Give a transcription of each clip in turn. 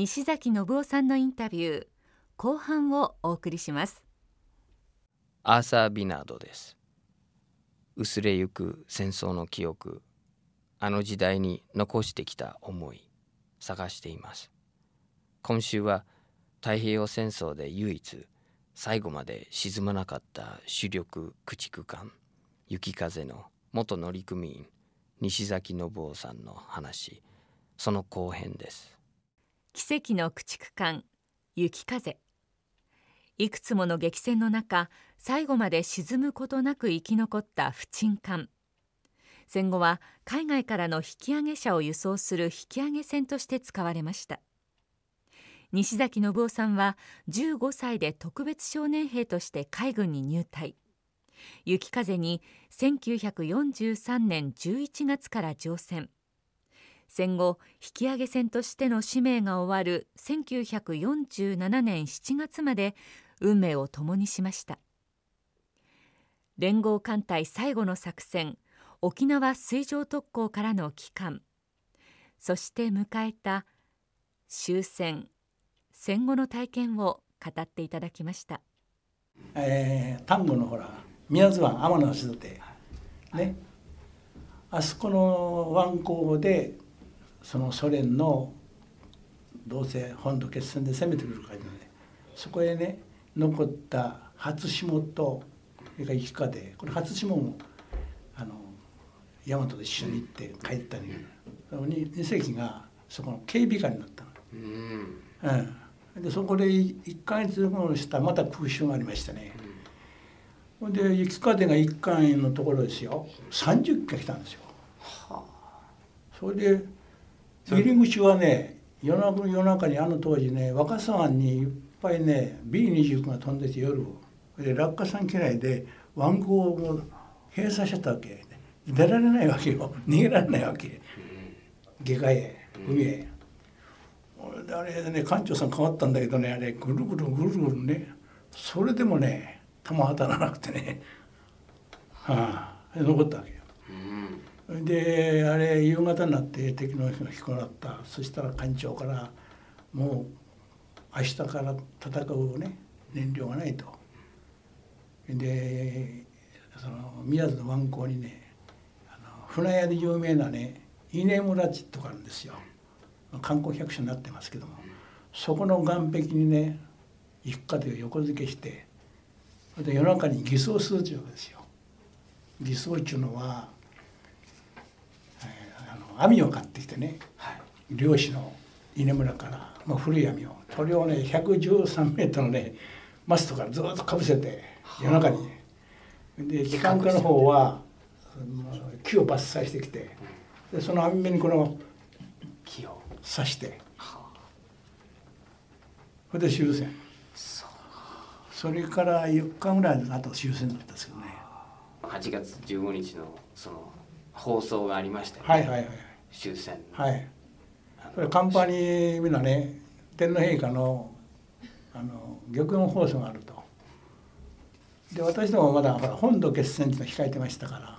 西崎信夫さんのインタビュー後半をお送りします。 アーサー・ビナードです。薄れゆく戦争の記憶、あの時代に残してきた思い、探しています。今週は太平洋戦争で唯一最後まで沈まなかった主力駆逐艦雪風の元乗組員西崎信夫さんの話、その後編です。 奇跡の駆逐艦雪風。いくつもの激戦の中、最後まで沈むことなく生き残った不沈艦。戦後は海外からの引き上げ者を輸送する引き上げ船として使われました。西崎信夫さんは15歳で特別少年兵として海軍に入隊。雪風に1943年11月から乗船。戦後引き上げ船としての使命が終わる1947年7月まで運命を共にしました。連合艦隊最後の作戦、沖縄水上特攻からの帰還、そして迎えた終戦、戦後の体験を語っていただきました。 丹後のほら宮津湾天橋立ね、あそこの湾口でそのソ連のどうせ本土決戦で攻めてくるからね、そこへね残った初霜とそれから雪風、これ初霜も大和と一緒に行って帰ったんやけど、2隻がそこの警備官になったの。でそこで1ヶ月後したらまた空襲がありましたね。で雪風が1艦のところですよ、30機が来たんですよ。それで入り口はね、夜中に当時ね、若狭湾にいっぱいね B29 が飛んでて、夜で落下傘嫌いで湾口を閉鎖しちゃったわけ。出られないわけよ、逃げられないわけ、下界へ海へ。あれね、艦長さん変わったんだけどね、あれぐるぐるぐるぐるね、それでもね弾当たらなくてね、残ったわけよ。であれ夕方になって敵の飛行になった。そしたら艦長からもう明日から戦うね燃料がないと。でその宮津の湾口にね、船屋で有名なね伊根村地とかあるんですよ。観光百所になってますけども、そこの岸壁にね雪風を横付けして、で夜中に偽装するというわけですよ。偽装っていうのは網を買ってきてね、漁師の伊根村から古い網を、それをね113メートルのねマストからずっとかぶせて夜中に、で機関課の方は木を伐採してきて、でその網目にこの木を刺して、それで終戦。それから4日ぐらいの後終戦だったんですけどね。 8月15日のその放送がありましたよね。終戦。 それ甲板にみんなね天皇陛下の玉音放送があると。で私どもまだ本土決戦っていうの控えてましたから、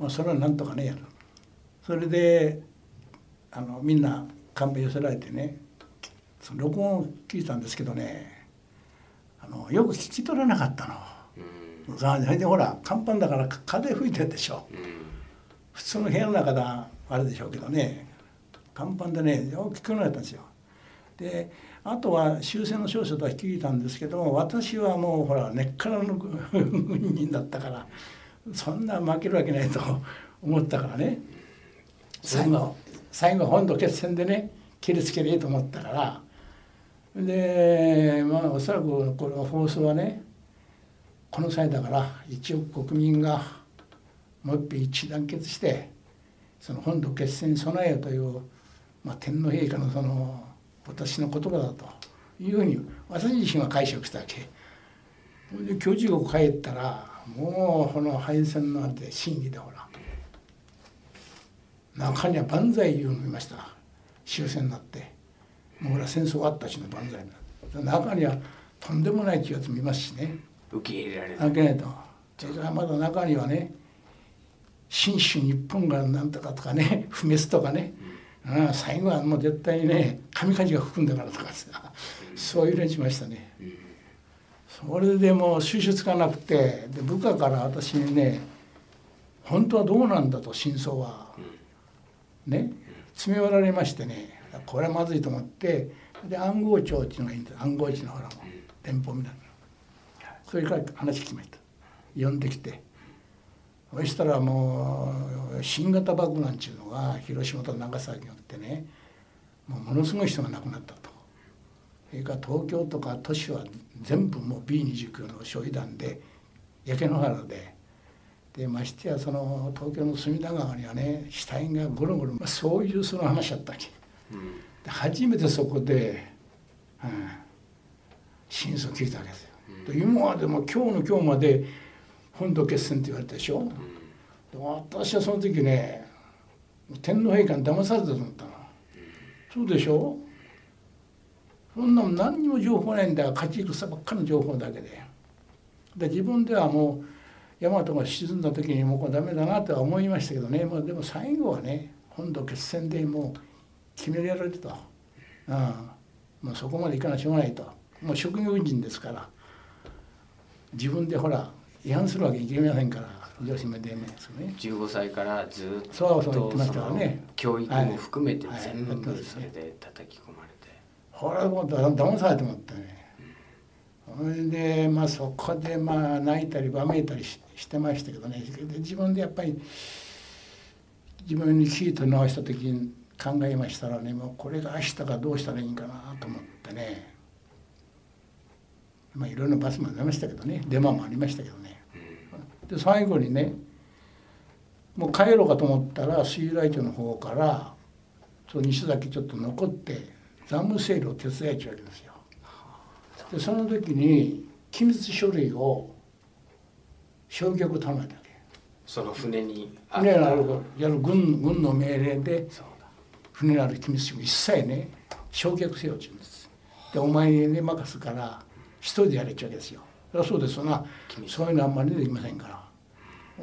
それはなんとかねやる。それでみんな甲板寄せられてね、その録音を聞いたんですけどね、よく聞き取れなかったの。それでほら甲板だから風吹いてるでしょ。普通の部屋の中だあれでしょうけどね、甲板でねよく聞こえなかったんですよ。であとは終戦の少将とは聞いたんですけども、私はもうほら根っからの軍人だったからそんな負けるわけないと思ったからね、最後本土決戦でね切りつけれと思ったから、でおそらくこの放送はね、この際だから一億国民がもう一遍一致団結してその本土決戦に備えよという、天皇陛下のその私の言葉だというふうに私自身は解釈したわけで、居住国帰ったらもうこの敗戦のあって審議でほら中には万歳言うの見ました。終戦になってもうほら戦争終わったしの万歳な、中にはとんでもない気圧見ますしね、 受け入れられないと。それからまだ中にはね、新種日本がなんとかとかね、不滅とかね、 最後はもう絶対にね神風が吹くんだからとかさ、そういう練習しましたね。それでもう収拾つかなくて、で部下から私にね本当はどうなんだと真相はね詰め寄られましてね、これはまずいと思って、で暗号庁っていうのがいいんです。暗号庁のほらも電報みたいな、それから話聞きました。呼んできて、そしたらもう新型爆弾っていうのが広島と長崎によってねものすごい人が亡くなったと。それから東京とか都市は全部もう B29 の焼夷弾で焼け野原で、ましてやその東京の隅田川にはね死体がゴロゴロ、そういうその話だったわけ、で初めてそこで、真相を聞いたわけですよ。で今までも今日の今日まで本土決戦って言われたでしょ、で私はその時ね天皇陛下に騙されたと思ったの。そうでしょ、そんなもん何にも情報ないんだよ、勝ち戦ばっかりの情報だけで自分ではもう大和が沈んだ時にもうこれダメだなとは思いましたけどね、でも最後はね本土決戦でもう決められると、もうそこまでいかなしょうがないと、もう職業人ですから自分でほら違反するわけにいけませんから、広島でですね。 15歳からずっとそう言ってましたからね。 教育も含めて全部それで叩き込まれて、 これはもう騙されてもってね、それでそこで泣いたりわめいたりしてましたけどね、で自分でやっぱり自分に聞いて直した時に考えましたらね、もうこれが明日がどうしたらいいんかなと思ってね、いろいろバスもありましたけどね、デマもありましたけどね、で最後にねもう帰ろうかと思ったら水来町の方からその西崎ちょっと残って残務整理を手伝いちゃうわけですよ。でその時に機密書類を焼却を頼まれたわけ。 その船に船のあるやる軍の命令で船のある機密書類一切ね焼却せよって言うんです。でお前に任すから一人でやれっちゃうわけですよ。そりゃそうですよな、そういうのあんまりできませんから。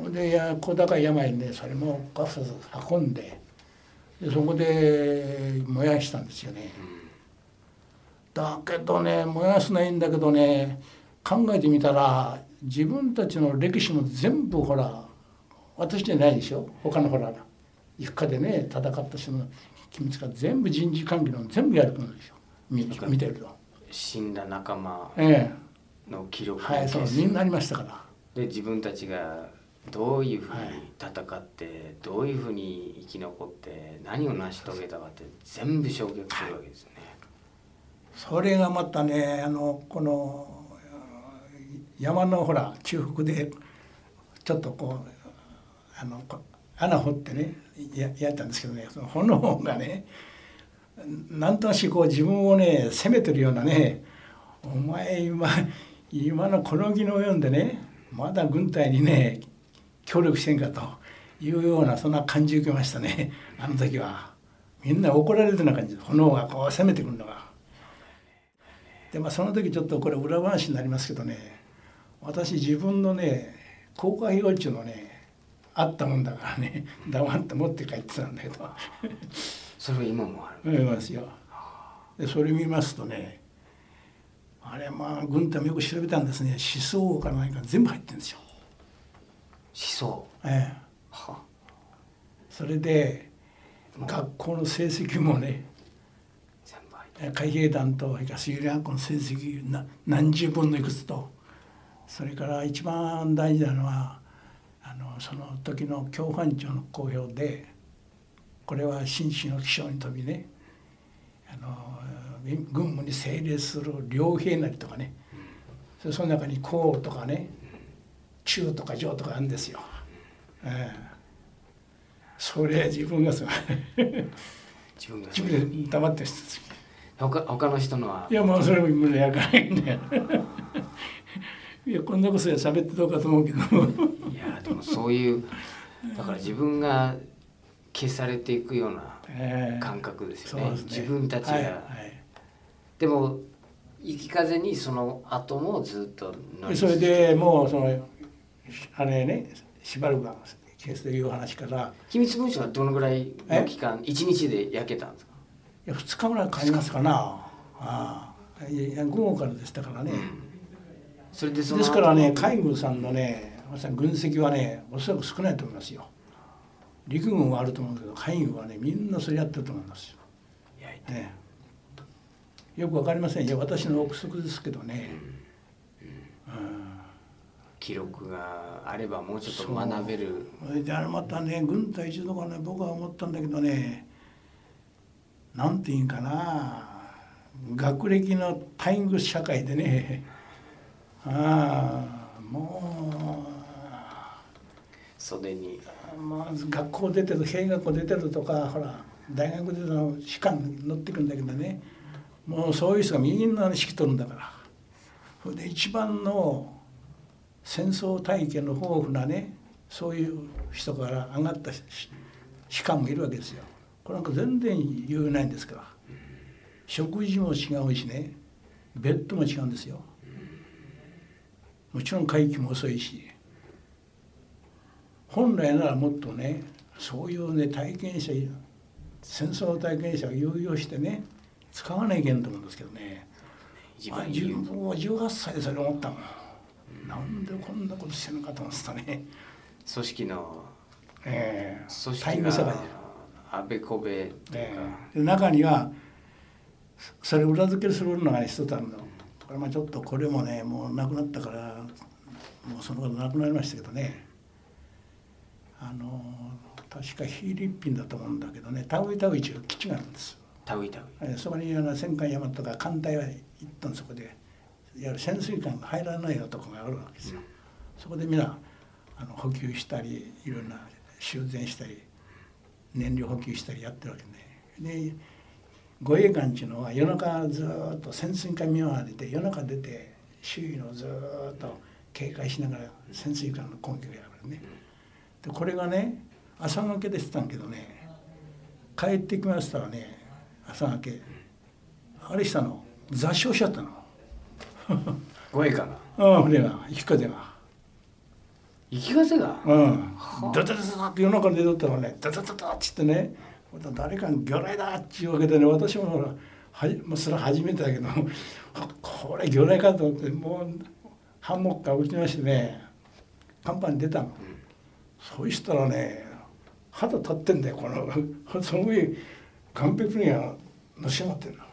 で小高い山にねそれもガス運んで、そこで燃やしたんですよね。だけどね燃やすのはいいんだけどね、考えてみたら自分たちの歴史も全部ほら私じゃないでしょ、他のほら一家でね戦った人の機密が全部人事関係の全部やるんですよ、見てると。 死んだ仲間の記録はい、そうみんなありましたから。 で自分たちがどういうふうに戦って、どういうふうに生き残って何を成し遂げたかって全部焼却するわけですよね。 それがまたねこの山のほら中腹でちょっとこう穴掘ってねやったんですけどね、その炎がねなんとなしこう自分をね責めてるようなね、お前今のこの技能を読んでねまだ軍隊にね協力してんかというようなそんな感じを受けましたね。あの時はみんな怒られるような感じで炎がこう攻めてくるのが。でその時ちょっとこれ裏話になりますけどね、私自分のね公開用地のねあったもんだからね黙って持って帰ってたんだけどそれは今もある。 見ますよ。でそれ見ますとね、あれ軍隊もよく調べたんですね、思想から何か全部入ってるんですよ。 思想。 それで学校の成績もね海兵団と水泳学校の成績何十分のいくつと、それから一番大事なのはその時の共犯庁の公表で、これは紳士の気象に飛びね軍務に整列する両兵なりとかね、その中に公とかね中とか上とかあるんですよ。それ自分が自分で黙ってる人です。 他の人のは。 いやもうそれも無理やからいいんだよいやこんなことや喋ってどうかと思うけどいやでもそういうだから自分が消されていくような感覚ですよね。自分たちが、でも生き風にその後もずっとそれでもうあれねしばらく消すという話から。 機密文書はどのぐらいの期間、1日で焼けたんですか？ いや2日ぐらいかかりますかな。午後からでしたからね。 それでですからね、海軍さんのね、軍籍はね、おそらく少ないと思いますよ。陸軍はあると思うけど、海軍はね、みんなそれやってると思いますよ。ね、よくわかりませんよ、私の憶測ですけどね。 記録があればもうちょっと学べる。 でまたね、軍隊一度かね、僕は思ったんだけどね、なんていうんかな、学歴のタイム社会でね、もう袖に、 学校出てる、兵学校出てるとか、ほら大学出てるの士官乗ってくるんだけどね、もうそういう人がみんな指揮取るんだから。それで一番の戦争体験の豊富なね、そういう人から上がった士官もいるわけですよ。これなんか全然余裕ないんですから。食事も違うしね、ベッドも違うんですよ。もちろん回帰も遅いし、本来ならもっとね、そういうね体験者、戦争体験者を有用してね、使わないけんと思うんですけどね。自分は18歳でそれ思ったもん。なんでこんなことしてるのかと思ってたね。 組織の、組織タイム社会、 あべこべっていうか、 中にはそれを裏付けするのが一つあるの。これちょっとこれもね、もうなくなったからもうそのことなくなりましたけどね、確かフィリピンだと思うんだけどね、タウイタウイという基地があるんです。 タウイタウイ、 そこに戦艦大和とか艦隊が行ったん、そこでいわゆる潜水艦が入らないようなとこがあるわけですよ。そこで皆補給したり、いろんな修繕したり燃料補給したりやってるわけね。で護衛艦っていうのは夜中ずっと潜水艦見回りで夜中出て周囲のずっと警戒しながら潜水艦の攻撃をやるね。でこれがね朝がけでしたんけどね、帰ってきましたらね、朝がけあれしたの、座礁しちゃったの。 護衛艦が、 船が行き風が行き風がダダダダって夜中に出とったらね、ダダダダっつってね、誰かに魚雷だっていうわけでね、私もそれは初めてだけどこれ魚雷かと思って、もうハンモックから打ちましてね、甲板に出たの。そうしたらね、肌立ってんだよ、その上岸壁にはのし上がってんの。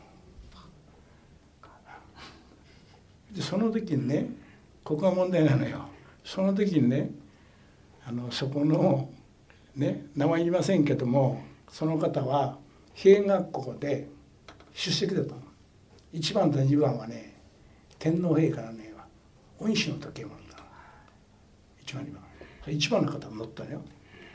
でその時にね、ここが問題なのよ。その時にね、そこのね、名前言いませんけども、その方は兵学校で出席だったの。1番と2番はね、天皇陛下のね恩師の時計もらったの。1番2番、1番の方が乗ったのよ。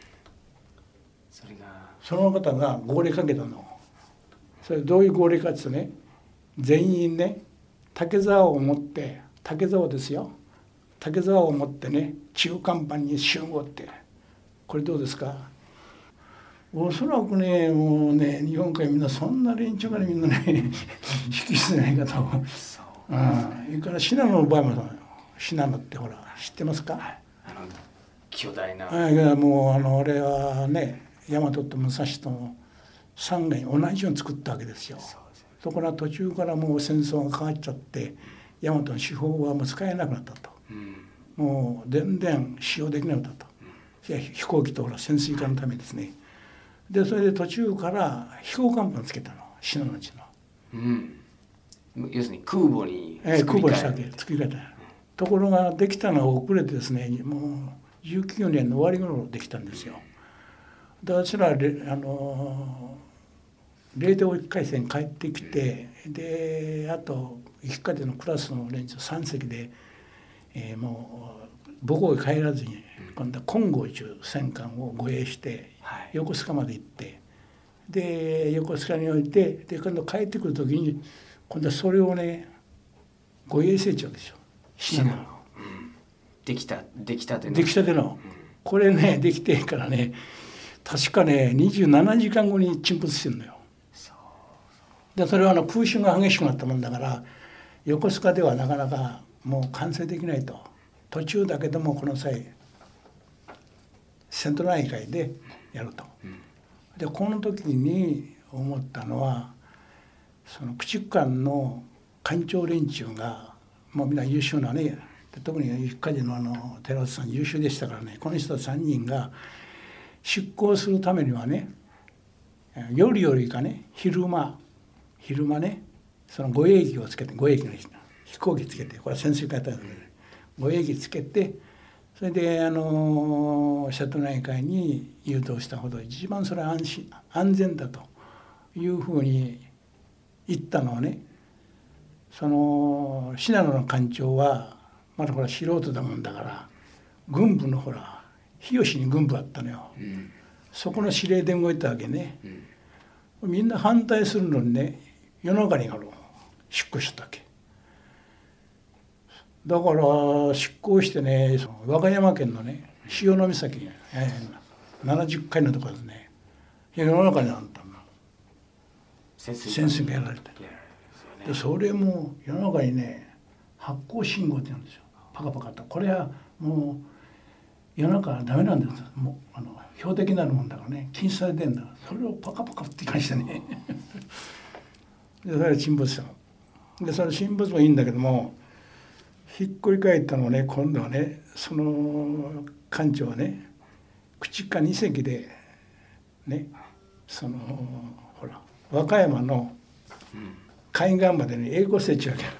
その方が号令かけたの。それどういう号令かっていうとね、全員ね、竹竿を持って、竹竿ですよ、竹竿を持ってね、中甲板に集合って。これどうですか？おそらくね、もうね、日本海みんなそんな連中からみんなね引きしてないかと。それから信濃の場合も、信濃ってほら知ってますか？ 巨大な。 もうあれはね、大和と武蔵との3階同じように作ったわけですよ。そこから途中からもう戦争が変わっちゃって、大和の手法はもう使えなくなったと。もう全然使用できなくなったと。飛行機とほら潜水艦のためですね。でそれで途中から飛行甲板つけたの、信濃町の。 要するに空母に空母にしたわけ、作り方。ところができたのは遅れてですね、もう19年の終わり頃できたんですよ。で私ら冷凍1回戦帰ってきて、であと行き方のクラスの連中3隻で、もう母港へ帰らずに今度は金剛という戦艦を護衛して横須賀まで行って、で横須賀に置いて、で今度帰ってくる時に今度はそれをね護衛成長ですよ、信濃。 できたてのこれね、できてからね、確かね27時間後に沈没してるのよ。でそれは空襲が激しくなったもんだから、横須賀ではなかなかもう完成できないと。途中だけどもこの際セントラル内会でやると。でこの時に思ったのは、その駆逐艦の艦長連中がもうみんな優秀なね、で特に一家人の寺内さん優秀でしたからね、この人3人が出港するためにはね、夜よりかね昼間ね、その護衛機をつけて、護衛機の飛行機つけて、これは潜水艦だったけど、護衛機つけて、それで瀬戸内海に誘導したほど一番それは安全だというふうに言ったのはね、その信濃の艦長はまだほら素人だもんだから、軍部のほら日吉に軍部あったのよ、そこの指令で動いたわけね、みんな反対するのにね、夜中に出港したわけだから、出港してね、和歌山県のね潮岬、70階のところですね、夜中にあったの潜水艦やられて、でそれも夜中にね発光信号って言うんですよ、パカパカと。これはもう夜中はダメなんです、もう標的になるもんだからね、禁止されてんだから、それをパカパカって言いましてねでそれは沈没したので、その沈没もいいんだけども、ひっくり返ったのはね、今度はね、その艦長はね駆逐艦2隻でね、そのほら和歌山の海岸までね栄光設置わけよ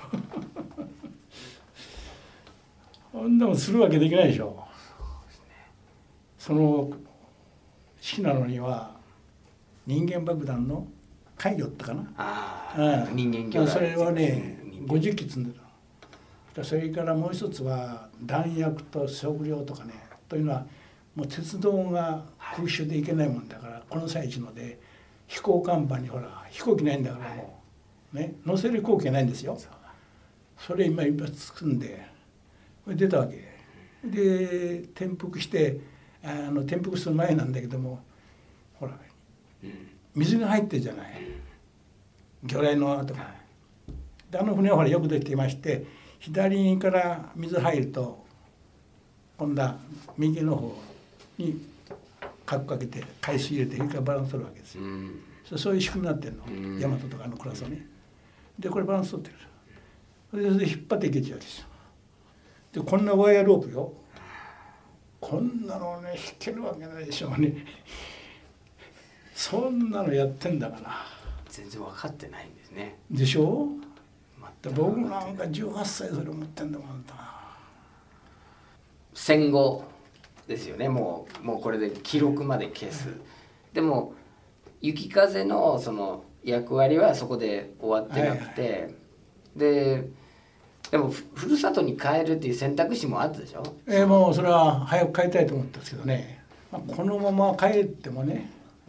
そんなもんするわけできないでしょ。その信濃には人間爆弾の海魚ったかな、 人間魚それはね50機積んでた。それからもう一つは弾薬と食料とかね、というのはもう鉄道が空襲で行けないもんだから、この最中ので飛行甲板にほら飛行機ないんだからもうね、乗せる飛行機がないんですよ。それ今一発積んでこれ出たわけで、転覆して転覆する前なんだけども、ほら水が入ってるじゃない、魚雷の跡が。で船はほらよくできていまして、左から水入ると今度は右の方に角かけて海水入れてそれからバランス取るわけですよ、そういう仕組みになってるの、大和とかのクラスはね。でこれバランス取ってる、それで引っ張っていけちゃうんですよ。でこんなワイヤーロープよ、こんなのね引けるわけないでしょうねそんなのやってんだから全然分かってないんですね。 でしょ。僕なんか18歳それ思ってんだもん。 戦後ですよね、もうこれで記録まで消す。でも雪風のその役割はそこで終わってなくて、でもふるさとに帰るっていう選択肢もあったでしょ。 もうそれは早く帰りたいと思ったんですけどね、このまま帰ってもね、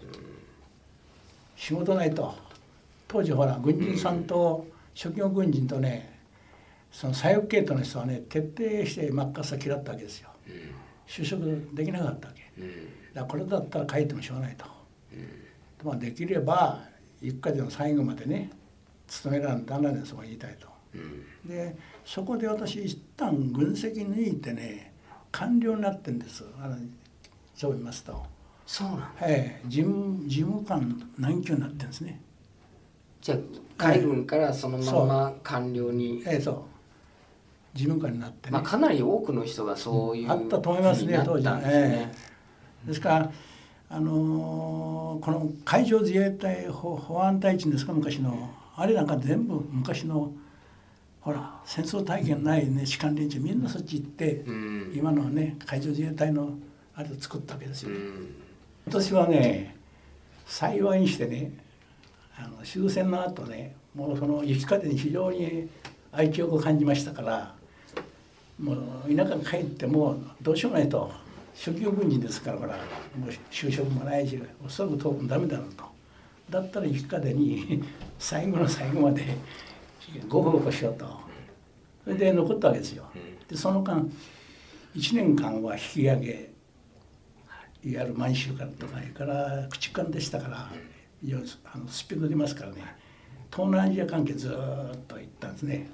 仕事ないと。当時ほら軍人さんと職業軍人とね、その左翼系統の人はね徹底して真っ赤さ嫌ったわけですよ、就職できなかったわけ、だからこれだったら帰ってもしょうがないと、できれば一家での最後までね勤めらんだらねそこにいたいと、でそこで私一旦軍籍抜いてね官僚になってんです、そう言いますと。 そうなん事務官何級になってるんですね。 じゃあ海軍からそのまま官僚に、 そう事務官になってね、 かなり多くの人がそういうあったと思いますね当時は。ですからこの海上自衛隊保安隊っていうんですか、昔のあれなんか全部昔のほら戦争体験ないね士官連中みんなそっち行って、今のね海上自衛隊のあれを作ったわけですよね。私はね幸いにしてね終戦の後ね、もうその雪風に非常に愛嬌を感じましたから、もう田舎に帰ってもどうしようもないと、職業軍人ですからほらもう就職もないしおそらく当分ダメだろうと。だったら雪風に最後の最後までご奉公しようと。それで残ったわけですよ。でその間1年間は引き上げ、いわゆる満州からとかから駆逐艦でしたから、非常にスピード出ますからね、東南アジア関係ずっと行ったんですね。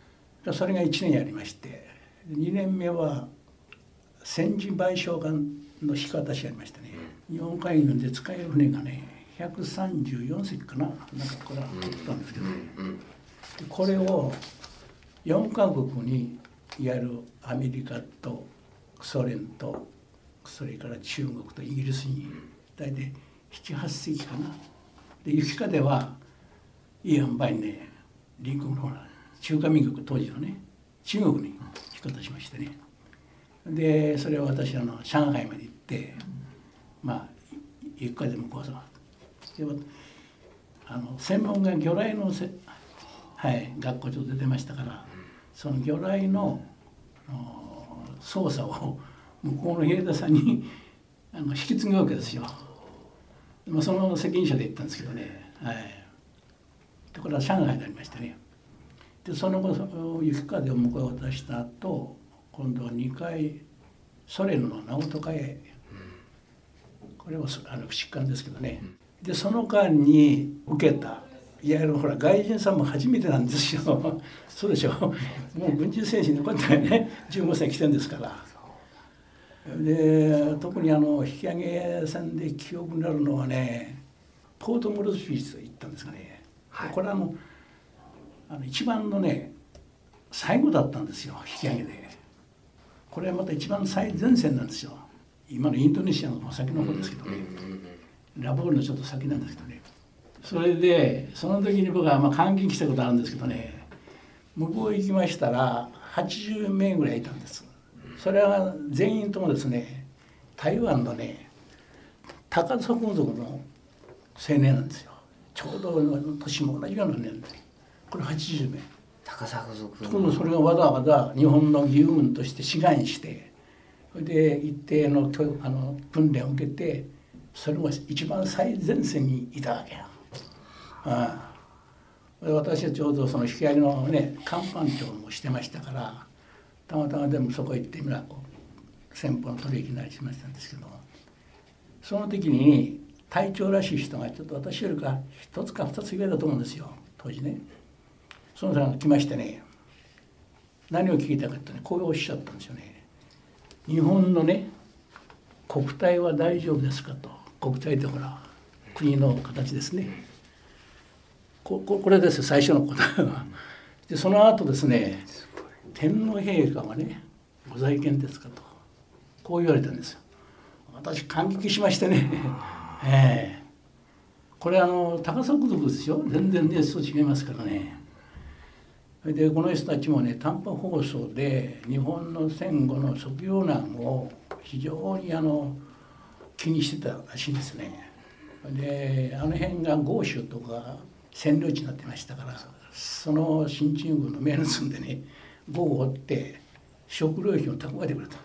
それが1年やりまして、2年目は戦時賠償艦の引き渡しがありましてね、日本海軍で使える船がね134隻かな、なんかこれは取ったんですけど、でこれを4カ国にいわゆるアメリカとソ連とそれから中国とイギリスに大体7、8隻かな。で雪風はいい塩梅にね隣国のほら中華民国当時のね中国に引き渡しましてね、でそれを私上海まで行って、まあ雪風もこうさ専門が魚雷の学校ちょっと出てましたから、その魚雷の操作を向こうの兵隊さんに引き継ぐわけですよ。その責任者で行ったんですけどね、でこれは上海でありましてね、でその後雪風を向こうへ渡した後、今度は2回ソ連のナオトカへ、これは駆逐艦ですけどね、でその間に受けたいわゆるほら外人さんも初めてなんですよそうでしょ、もう軍事精神でこうやってね15歳来てるんですから。で特に引き上げ船で記憶になるのはね、ポートモルスフィース行ったんですがね、これ一番のね最後だったんですよ、引き上げで。これはまた一番最前線なんですよ。今のインドネシアの先の方ですけどね、ラボールのちょっと先なんですけどね。それでその時に僕は監禁したことあるんですけどね、向こう行きましたら80名ぐらいいたんです。それは全員ともですね、台湾のね高津皇族の青年なんですよ。ちょうど年も同じような年代、これ80名。 高砂族のそれがわざわざ日本の義勇軍として志願して、それで一定の訓練を受けて、それも一番最前線にいたわけや。私はちょうどその引き上げのね甲板長もしてましたから、たまたまでもそこ行ってみら先方の取引なりしましたんですけど、その時に隊長らしい人がちょっと私よりか1つか2つ上だと思うんですよ、当時ね。その人が来ましてね、何を聞いたかってね、こうおっしゃったんですよね。日本のね国体は大丈夫ですかと。国体ってほら国の形ですね。これですよ、最初の答えは。でその後ですね、天皇陛下がねご在見ですかとこう言われたんですよ。私感激しましてねこれ高砂族ですよ、全然ねそう違いますからね。でこの人たちもね短波放送で日本の戦後の測量難を非常に気にしてたらしいんですね。で辺が豪州とか占領地になってましたから、その進駐軍の目盗んでね壕を掘って食料品を蓄えてくれた。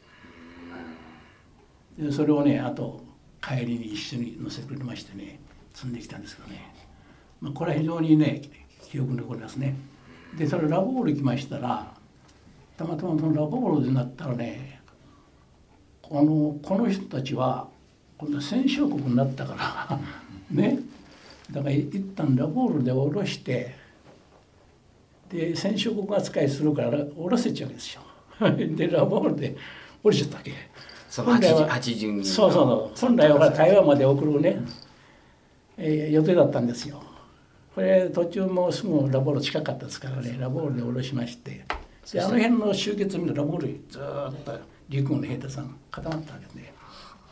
でそれをねあと帰りに一緒に乗せてくれましてね積んできたんですけどね、これは非常にね記憶に残りますね。でそれラボール行きましたら、たまたまそのラボールになったらね、この人たちは今度は戦勝国になったからね、だから一旦ラボールで降ろして、で戦勝国扱いするから降ろせちゃうんですよでラボールで降りちゃったわけ。 本来は80人そう本来は台湾まで送るね、予定だったんですよ。これ途中もすぐラボール近かったですからね、ラボールで降ろしまして、で辺の集結見るラボールにずっと陸軍の兵隊さん固まったわけですね。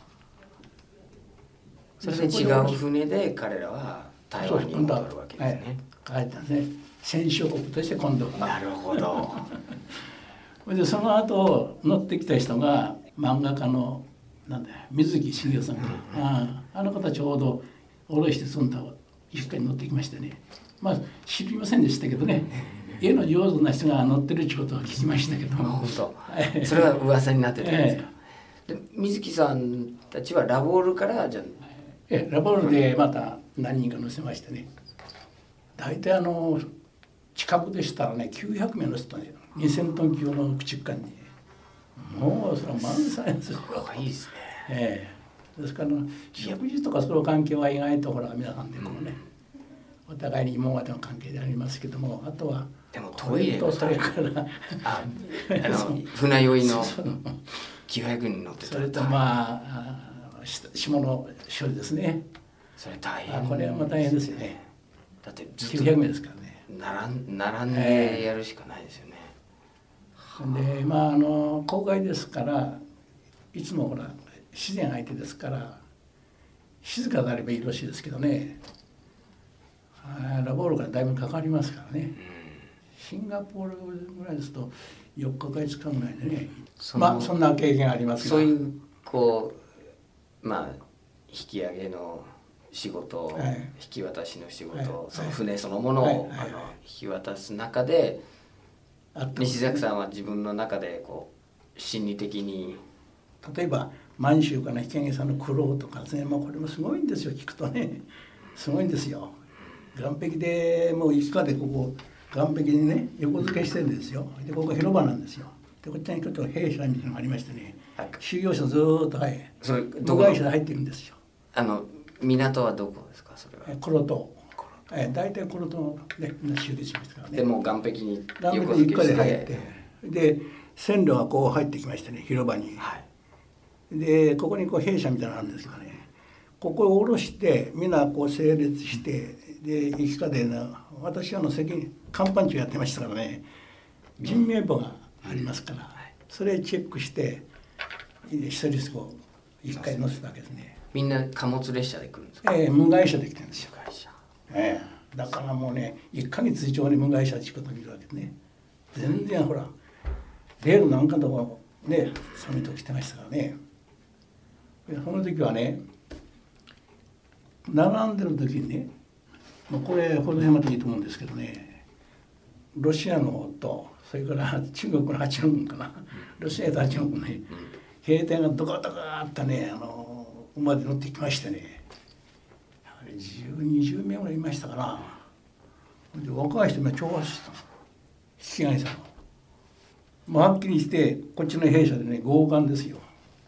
それで違う船で彼らは台湾に戻るわけですね。 帰ったんですね、戦勝国として今度は。 なるほどでその後乗ってきた人が漫画家の水木しげるさんが、あの方ちょうど降ろしてそんな一回乗ってきましてね、知りませんでしたけどね、絵の上手な人が乗ってるってことは聞きましたけど本当それは噂になってたんですか。で水木さんたちはラボールからじゃラボールでまた何人か乗せましてね、大体近くでしたらね900名乗せたんですよ、2000トン級の駆逐艦に。もうそれは満載ですよ。 いいですね。 ですから食事とかその関係は意外とほら皆さんでこうね、お互いに今までの関係でありますけども、あとはでもトイレとそれから船酔いの 900人乗ってた。 それと下の処理ですね。 それ大変。 これは大変ですよね。 だってずっと 900名ですからね。 並んでやるしかないですよね。 で公開ですからいつもほら自然相手ですから静かであればよろしいですけどね、ラボールからだいぶかかりますからね。シンガポールぐらいですと4日か5日ぐらいでね、そんな経験ありますが、 そういう引き上げの仕事、引き渡しの仕事、その船そのものを引き渡す中で、西崎さんは自分の中で心理的に例えば満州から引き上げさんの苦労とかですね、これもすごいんですよ。聞くとねすごいんですよ。岸壁でもう一家でここ岸壁にね横付けしてるんですよ。でここ広場なんですよ。でこっちにちょっと兵舎みたいなのがありましてね、収容者ずーっと部外者で入ってるんですよ。 港はどこですか？それはコロ島。大体コロ島でみんな集結しましたからね。 でもう岸壁に横付けして、一家で入って、で線路がこう入ってきましてね、広場に。でここに兵舎みたいなのあるんですけどね、ここを下ろしてみんな整列して、で行きかで私甲板長やってましたからね、人名簿がありますから、それチェックして一人ずつ一回乗せたわけですね。 みんな貨物列車で来るんですか？ 無会社で来てるんですよ。だからもうね1ヶ月以上に無会社で仕事見るわけですね。全然ほらレールなんかとかねサミット来てましたからね。その時はね並んでる時にね、これこの辺までいいと思うんですけどね、ロシアの方とそれから中国の8軍かな、ロシアと8軍のね兵隊がドカドカってね馬で乗ってきましてね、20名ぐらいいましたから、で若い人が挑発したの、引き上げさんはっきりしてこっちの兵舎でね強姦ですよ。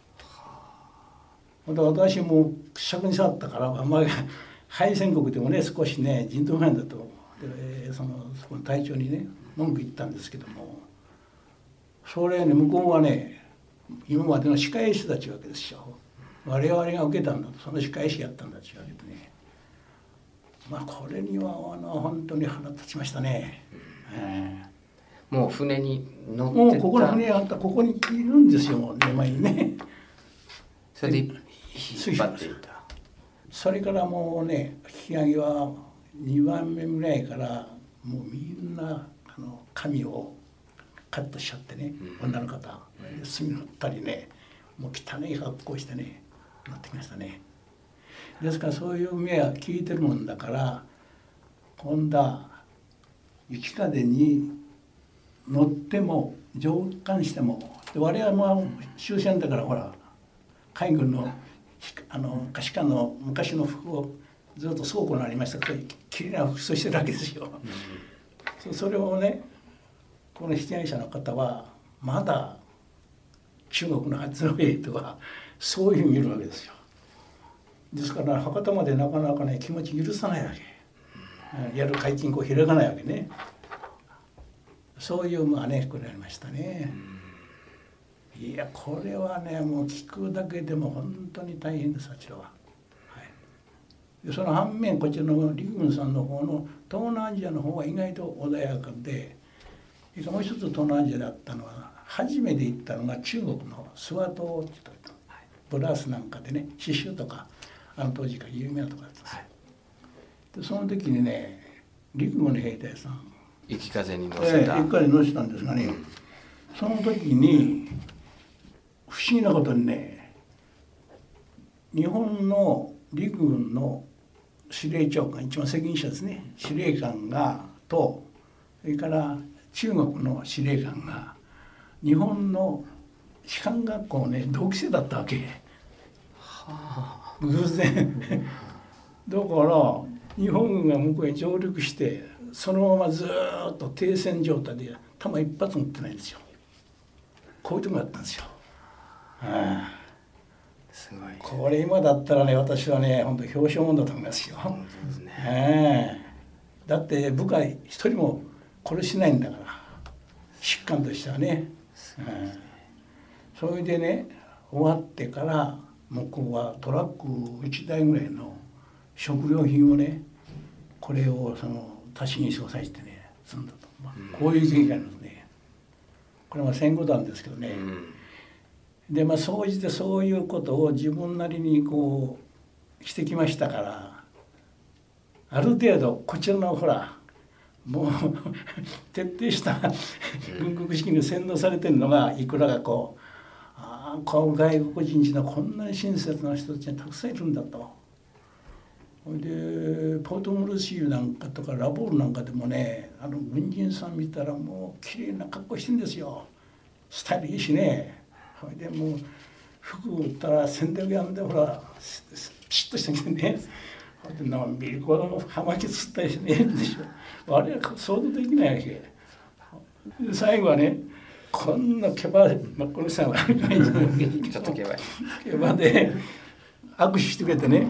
私も尺に触ったから、敗戦国でもね少しね人道不安だとそこの隊長にね文句言ったんですけども、それね向こうはね今までの仕返しだっちゅうわけですよ。我々が受けたんだと、その仕返しやったんだっちゅうわけでね、これには本当に腹立ちましたね。 もう船に乗ってた、 もうここの船あったここにいるんですよ、もう前にね。 それで引っ張っていた。 それからもうね引き上げは2番目ぐらいからもうみんな髪をカットしちゃってね、女の方墨塗ったりね、もう汚い格好してねなってきましたね。ですからそういう目は聞いてるもんだから、今度は雪風に乗っても乗艦しても、我々も終戦だからほら海軍の下士官の昔の服をずっと倉庫にありましたからきれいな服装してるわけですよ。それをねこの引き上げ者の方はまだ中国の初の兵とはそういうふうに見るわけですよ。ですから博多までなかなかね気持ち許さないわけ、やる解禁開かないわけね。そういうのがねこれありましたね。いやこれはねもう聞くだけでも本当に大変です、あちらは。でその反面こちらの陸軍さんの方の東南アジアの方は意外と穏やかで、もう一つ東南アジアであったのは初めて行ったのが中国の諏訪島って言ったブラスなんかでね刺繍とか当時から有名なところだったんですよ。でその時にね陸軍の兵隊さん雪風に乗せた、 雪風に乗せたんですがね、その時に不思議なことにね日本の陸軍の司令長官、一番責任者ですね、司令官とそれから中国の司令官が日本の士官学校のね同期生だったわけ。偶然だから日本軍が向こうへ上陸してそのままずっと停戦状態で弾一発持ってないんですよ。こういうとこがあったんですよ。 すごい。 これ今だったらね私はね本当表彰もんだと思いますよ。 本当ですね。 だって部下一人も殺しないんだから疾患としてはね。 それでね終わってから向こうはトラック1台ぐらいの食料品をねこれをその足しにさせてね積んだと、こういう経験があるんですね。これは戦後なんですけどね、で総じてそういうことを自分なりにこうしてきましたから、ある程度こちらのほらもう徹底した軍国主義に洗脳されてるのがいくらかこう外国人のこんなに親切な人たちがたくさんいるんだと。でポートモルシーなんかとかラボールなんかでもね軍人さん見たらもう綺麗な格好してるんですよ。スタイルいいしね。それでもう服売ったら洗濯やんでほらピシッとしてきてね、でのんびりこの葉巻つったりしてねでしょ。あれは想像できないわけで、最後はねこんな毛羽真っ黒さんはちょっと毛羽で握手してくれてね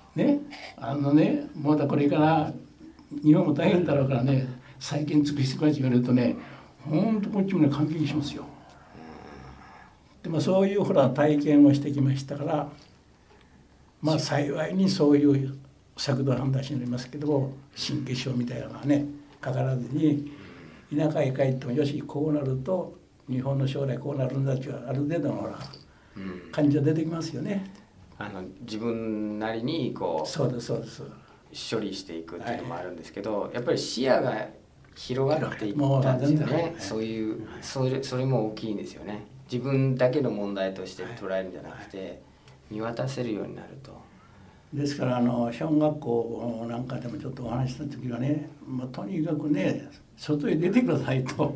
まだこれから日本も大変だろうからね再建尽くしてくれって言われるとねほんとこっちもね感激しますよ。でそういうほら体験をしてきましたから幸いにそういう尺度判断になりますけど神経症みたいなのはねかからずに田舎へ帰ってもよしこうなると日本の将来こうなるんだっていうある程度のほら感情出てきますよね。 自分なりにこうそうです処理していくっていうのもあるんですけど、やっぱり視野が広がっていったんですよね。それも大きいんですよね。自分だけの問題として捉えるんじゃなくて、見渡せるようになると。 ですから小学校なんかでもちょっとお話した時はね、とにかくね外へ出てくださいと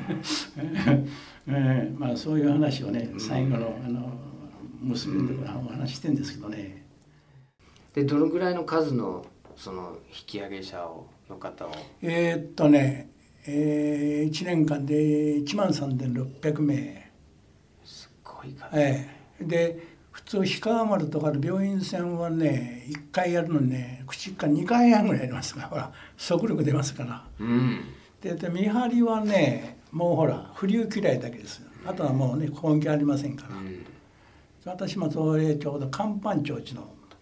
そういう話をね最後の娘のところお話してるんですけどね。 でどのぐらいの数のその引き上げ者の方を 1年間で13,600名。 すごい数。 で普通氷川丸とかの病院船はね1回やるのにね口から2回半ぐらいやりますから、ほら速力出ますから、で見張りはねもうほら浮遊機雷だけです。あとはもうね根拠ありませんから、私もそれちょうど甲板町地の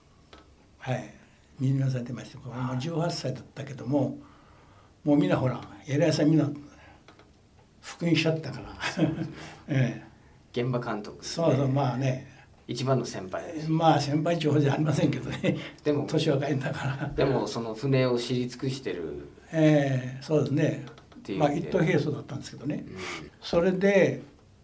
見されてまして、もう18歳だったけどもうみんなほら偉いさんみんな復員しちゃったから現場監督、 そう一番の先輩です。 先輩長じゃありませんけどね、 でも年若いんだからでもその船を知り尽くしてるそうですね。一等兵装だったんですけどね、それで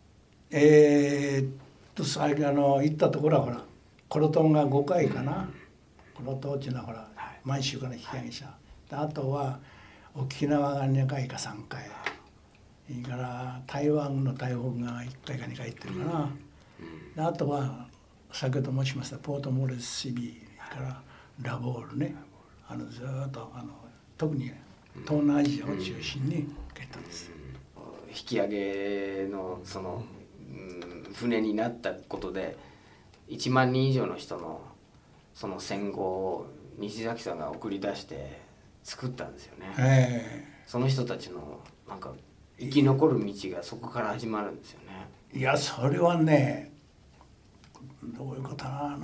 最後行ったところはほらコロトンが5回かな、コロトンっていうのはほら満州から引き上げ者で、あとは沖縄が2回か3回、それから台湾の台北が1回か2回行ってるかな、であとは先ほど申しましたポートモレスシビーからラボールね、ずっと特に東南アジアを中心に帰ったんです。 引き上げのその船になったことで1万人以上の人のその戦後を西崎さんが送り出して作ったんですよね。その人たちのなんか生き残る道がそこから始まるんですよね。 いやそれはねどういうことな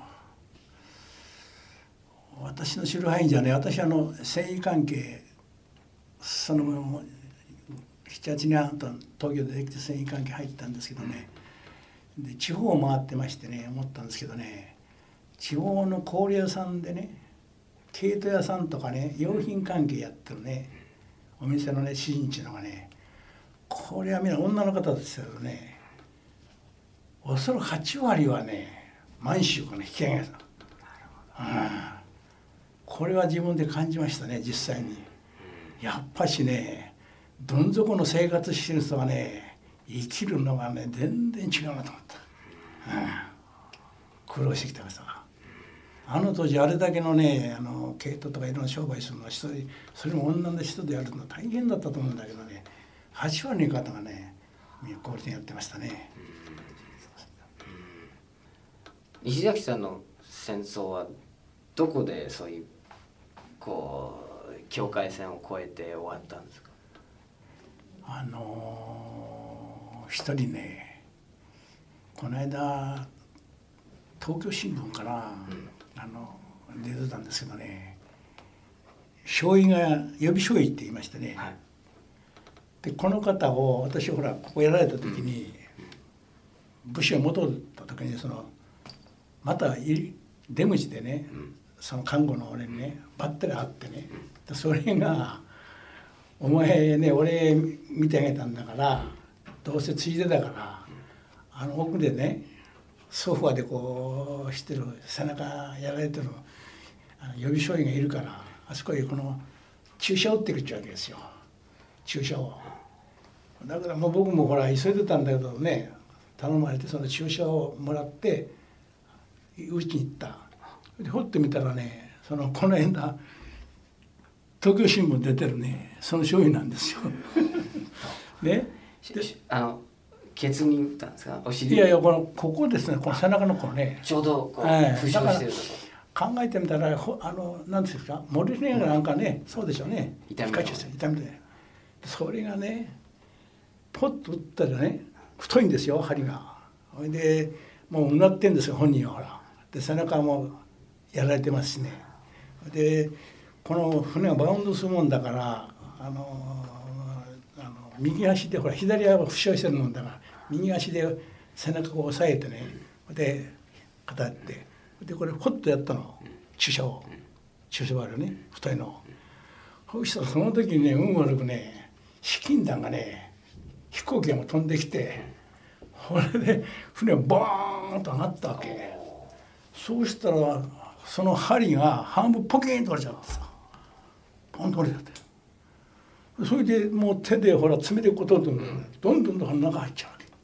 私の知る範囲じゃね、私繊維関係そのも7、8年後東京でできて繊維関係入ったんですけどね、で地方を回ってましてね思ったんですけどね、地方の小売屋さんでね毛糸屋さんとかね用品関係やってるねお店のね主人っていうのがね、これはみんな女の方ですよね、おそらく8割はね満州から引き上げた。これは自分で感じましたね実際に。やっぱしねどん底の生活してる人はね生きるのがね全然違うなと思った。苦労してきたから当時あれだけのね毛糸とかいろんな商売するのは一人、それも女の人でやるの大変だったと思うんだけどね、8割の方がね小売店やってましたね。 西崎さんの戦争はどこでそういう境界線を越えて終わったんですか？ 一人ねこの間東京新聞から、出てたんですけどね、少尉が予備少尉って言いましてね、でこの方を私ほらここやられた時に、部署に戻った時にまた出口でね、その看護の俺にねばったり会ってね、それが「お前ね俺見てあげたんだからどうせついでだから奥でねソファでこうしてる背中やられてる予備少尉がいるからあそこへこの注射を打ってくっちゃうわけですよ、注射を。だからもう僕もほら急いでたんだけどね、頼まれてその注射をもらってうちに行った。で掘ってみたらね、この間東京新聞出てるねその少尉なんですよね。 ケツに打ったんですか、お尻？ いやいやここですね、この背中のねちょうどこう、負傷してるとこ。 考えてみたら何ですか、モルヒネがなんかね、そうでしょうね、 痛みでそれがねポッと打ったらね太いんですよ針が。それでもううなってんですよ本人はほら。で背中もやられてますしね。でこの船がバウンドするもんだから右足でほら左は負傷してるもんだから右足で背中を押さえてね、で肩やってでこれホッとやったの、注射針ね太いの。そしたらその時にね運悪くね資金弾がね飛行機が飛んできて、これで船がボーンと上がったわけ。そうしたらその針が半分ポキンと折れちゃってさ、ポンと折れちゃって、それでもう手でほら詰めていくことでどんどん中入っちゃうわけ。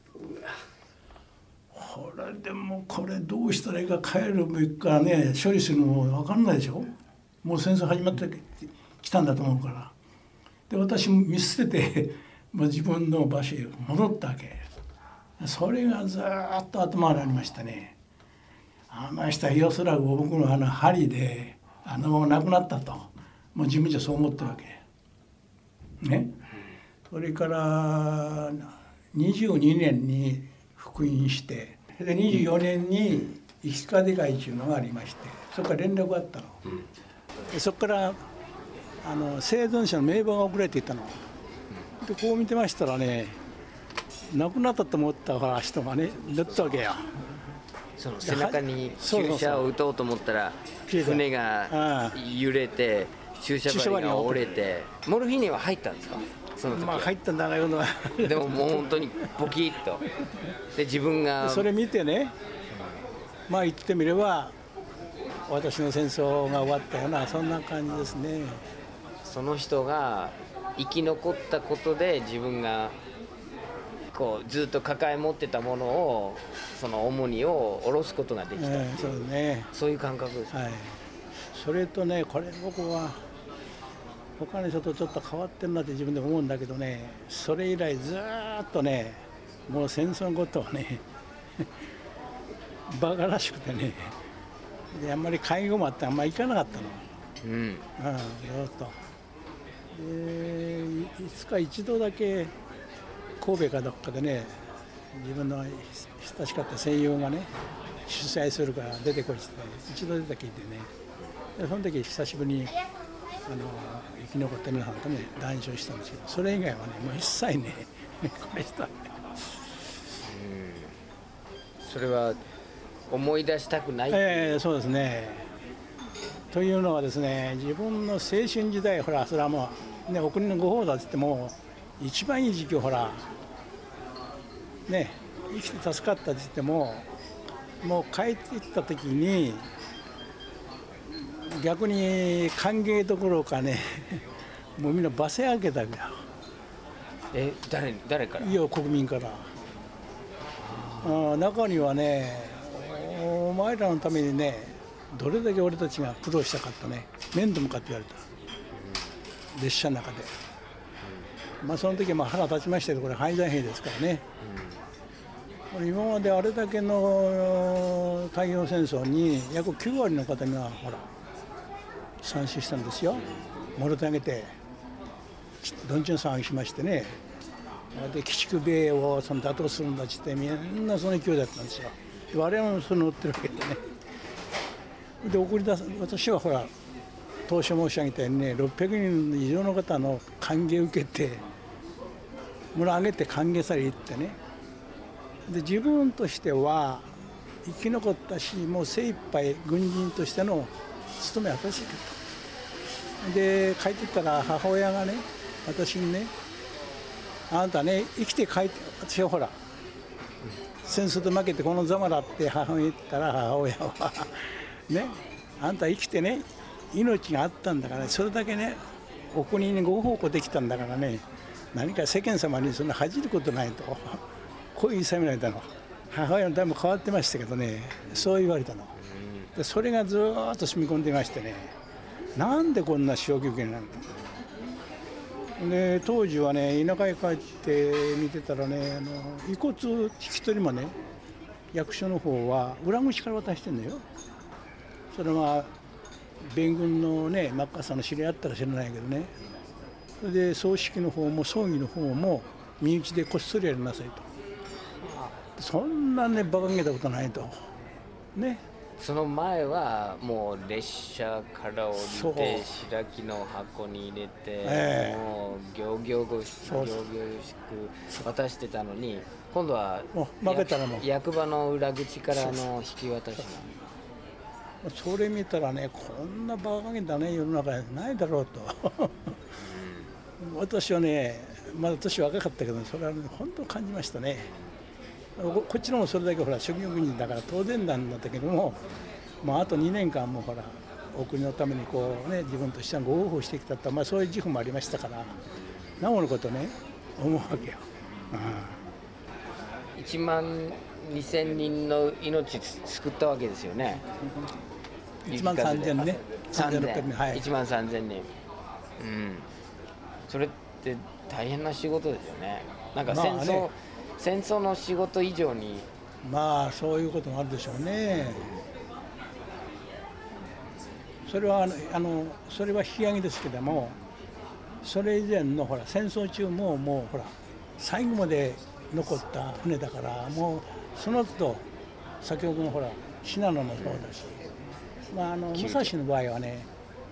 これでもこれどうしたらいいか、帰るべきかね処理するのも分かんないでしょ。もう戦争始まってきたんだと思うから。で私見捨てて自分の場所へ戻ったわけ。それがずっと頭にありましたね。あの人はおそらく僕の針で亡くなったと、もう自分じゃそう思ってるわけね。それから22年に復員して、で24年に生き風会というのがありまして、そこから連絡があったの。でそこから生存者の名簿が送られていったの。でこう見てましたらね、亡くなったと思った人がね出たわけよ。 その背中に注射を打とうと思ったら船が揺れて注射針が折れて、モルヒネは入ったんですかその時は？ 入ったんだけどでももう本当にポキッとで自分がそれ見てね、言ってみれば私の戦争が終わったようなそんな感じですね。 その人が生き残ったことで自分がこうずっと抱え持ってたものをその重荷を下ろすことができたっていう、 そうね、 そういう感覚です、 それとね、これ僕は他の人とちょっと変わってるなって自分で思うんだけどね、それ以来ずっとねもう戦争のことはねバカらしくてね、であんまり会合もあってあんまり行かなかったの。ずっといつか一度だけ神戸かどっかでね、自分の親しかった戦友がね主催するから出てこいって一度出た聞いてね、でその時久しぶりに生き残った皆さんとね談笑したんですけど、それ以外はねもう一切ねこれしたそれは思い出したくないっていう、 そうですね。というのはですね、自分の青春時代、ほらそれはもう、ね、お国のご奉だって言っても一番いい時期をほらね生きて助かったって言っても、もう帰ってきた時に逆に歓迎どころかねもうみんな罵声上げたわけよ。 誰から？ いや国民から。中にはね、お前らのためにねどれだけ俺たちが苦労したかとね面と向かって言われた、列車の中で。その時腹立ちましたけど、これ敗残兵ですからね、今まであれだけの太平洋戦争に約9割の方がほら参集したんですよ。もろ手上げてどんちゅん騒ぎしましてね。 で鬼畜米をその打倒するんだっつってみんなその勢いだったんですよ。我々もそれ乗ってるわけでね。で送り出す、私はほら当初申し上げたようにね、600人以上の方の歓迎を受けて村挙げて歓迎され行ってね、で自分としては生き残ったし、もう精一杯軍人としての務めを果たしていくと。で帰ってったら母親がね、私にね、あなたね生きて帰って、私はほら戦争で負けてこのざまだって母親に言ったら、母親はね、あんた生きてね命があったんだから、それだけねお国にご奉公できたんだからね、何か世間様にそんな恥じることないと、こう言いさめられたの。母親の代も変わってましたけどね、そう言われたの。でそれがずっと染み込んでいましてね、なんでこんな仕置き受けになるの。で当時はね、田舎へ帰って見てたらね、遺骨引き取りもね、役所の方は裏口から渡してんだよ。それは米軍のね、マッカーサーの知り合ったら知らないけどね、それで葬式の方も葬儀の方も身内でこっそりやりなさいと。そんなね馬鹿げたことないとね。 その前はもう列車から降りて白木の箱に入れて、もう行々しく渡してたのに、今度はもう負けたらもう役場の裏口からの引き渡し。 それ見たらね、こんな馬鹿げたね世の中にないだろうと私はね、まだ年若かったけど、それは、ね、本当感じましたね。こっちのもそれだけほら職業軍人だから当然なんだけども、まあ、あと2年間もほらお国のためにこう、ね、自分としてはご奉公してきたと、まあ、そういう自負もありましたから、なおのことね思うわけよ。 1万2000人の命救ったわけですよね。 1万3000ね、3600人、はい、 1万3000人、それって大変な仕事ですよね。なんか戦争の仕事以上に、 まあそういうこともあるでしょうね。それは引き上げですけども、それ以前のほら戦争中ももうほら最後まで残った船だから、もうその都度先ほどのほら信濃もそうだし、まあ武蔵の場合はね、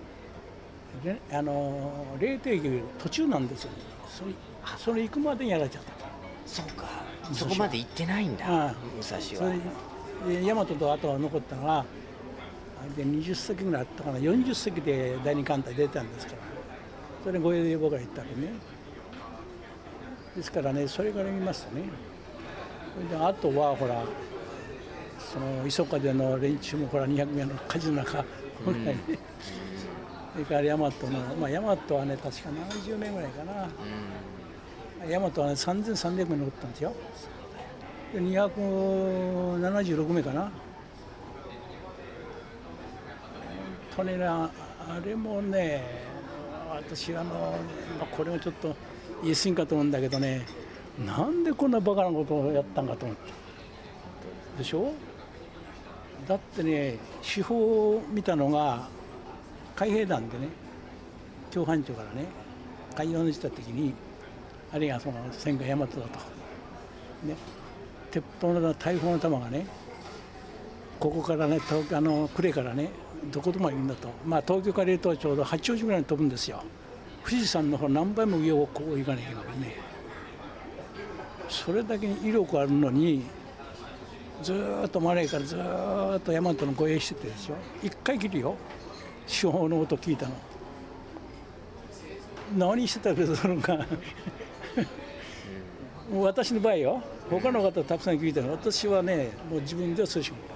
冷停期途中なんですよ。それ行くまでにやられちゃった。 そうか、そこまで行ってないんだ、武蔵は。 大和とあとは残ったのはで20隻ぐらいあったかな、40隻で第二艦隊出たんですから、それ護衛で僕ら行ったわけね。ですからね、それから見ますとね、それであとはほらその磯風での連中もほら200名の火事の中、それから大和の、まあ、大和はね確か70名ぐらいかな、大和はね3300名残ったんですよ。で276名かな。本当にね、あれもね、私これはちょっと言い過ぎかと思うんだけどね、なんでこんなバカなことをやったんかと思ったでしょ。だってね、司法を見たのが海兵団でね、共犯長からね海洋にした時に、あるいはその戦艦大和だと、ね、鉄砲の大砲の弾がね、ここからね呉からねどこでもいるんだと、まあ、東京から言うとちょうど八王子ぐらいに飛ぶんですよ。富士山の方何倍も上をこう行かなきゃいけないね。それだけに威力あるのに、ずーっとマレーからずーっと大和の護衛しててですよ。一回きりよ、司法の音聞いたの。何してたけどそのか私の場合よ、他の方たくさん聞いたの。私はね、もう自分ではそうしよう。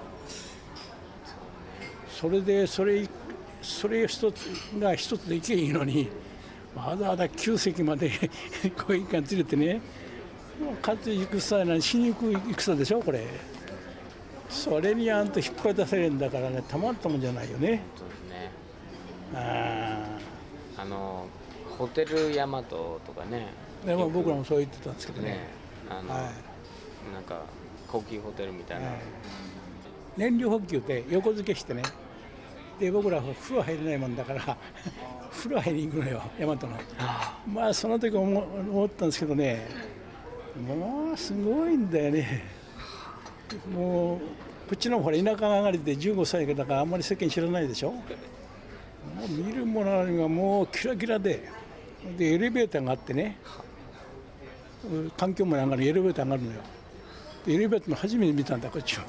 それでそれ一つが一つできゃいいのに、わざわざ9隻までこういう感じでてね、勝つ戦なしにくい戦でしょこれ。それにあんと引っ張り出されるんだからね、たまったもんじゃないよね。 そうですね。ホテル大和とかね。 でも僕らもそう言ってたんですけどね。 なんか高級ホテルみたいな。 燃料補給で横付けしてね。で僕ら風呂入れないもんだから風呂入りに行くのよ、大和の。まあその時思ったんですけどね、 もうすごいんだよね。もうこっちのほら田舎上がりで15歳だからあんまり世間知らないでしょ。もう見るものがもうキラキラでエレベーターがあってね、環境も上がるエレベーターがあるのよ。でエレベーターも初めて見たんだこっちを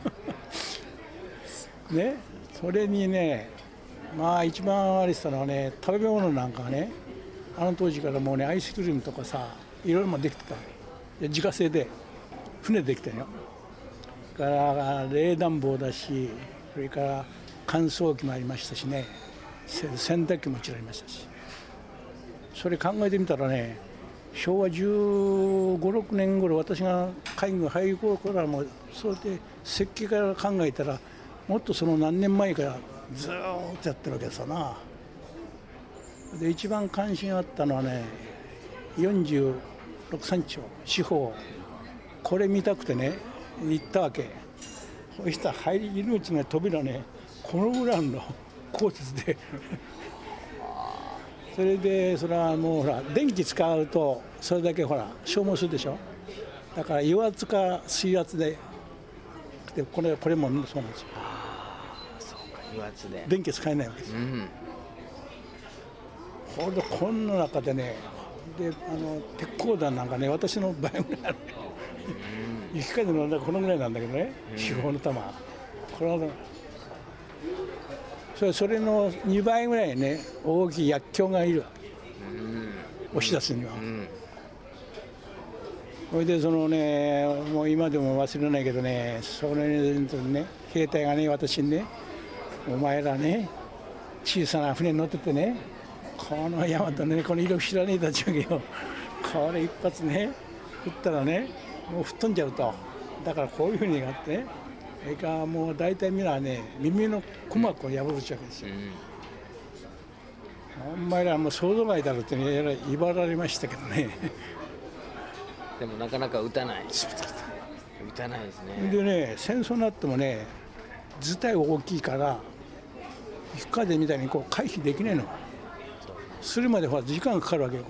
ね、それにね、まあ一番あれしたのはね、食べ物なんかはね、あの当時からもうねアイスクリームとかさ、いろいろもできてたの。自家製で船できてるよ。それから冷暖房だし、それから乾燥機もありましたしね、洗濯機もちろんありましたし、それ考えてみたらね、昭和15、6年頃、私が会議入る頃からもうそうやって設計から考えたら、もっとその何年前からずーっとやってるわけですよな。で一番関心あったのはね、46、3丁四方、これ見たくてね行ったわけ。そしたら入り口の扉ね、このぐらいの鋼鉄でそれでそれはもうほら電気使うとそれだけほら消耗するでしょ。だから油圧か水圧でこれもそうなんですよ。 そうか、油圧で電気使えないわけですよ。こんな中でね、で鉄鋼弾なんかね、私の倍ぐらいある。雪風のこのぐらいなんだけどね、四方の玉、これはそれの2倍ぐらいね、大きい薬莢がいるわけ、押し出すには。それでそのね、もう今でも忘れないけどね、それね、兵隊がね、私にね、お前らね、小さな船に乗っててね、この山とね、この色知らねえだっちゅうけど、これ一発ね、撃ったらね、もう吹っ飛んじゃうと。だからこういうふうにやってね、それからもう大体みんなね、耳の鼓膜を破るっちゃうわけですよ。お前らもう想像外だろってね、言われましたけどね。 でもなかなか撃たない。撃たないですね。 でね、戦争になってもね、図体が大きいから、雪風みたいにこう回避できないの。するまでほら時間がかかるわけよ。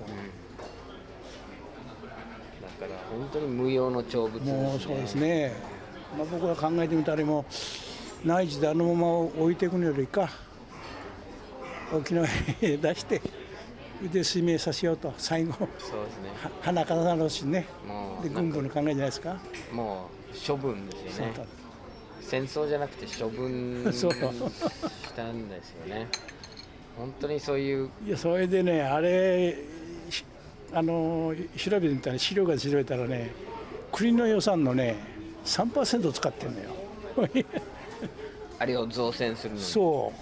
だから本当に無用の長物ですね。 もうそうですね。まあ、僕は考えてみたらも内地であのまま置いていくのよりか、沖縄へ出してで水明させようと、最後。 そうですね。 花飾るしね。 もうで軍部の考えじゃないですか。 もう処分ですよね。戦争じゃなくて処分したんですよね。本当にそういう。いや、それでね、あれ調べてみたら、資料が調べたらね、国の予算のね 3% 使ってるのよ。 あれを造船するのに。 そう、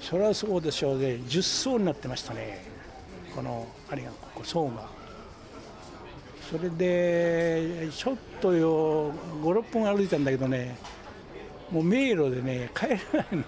それはそうでしょうね。10層になってましたね、このあれが、ここ層が。それでちょっとよ5、6分歩いたんだけどね、もう迷路でね帰れないの。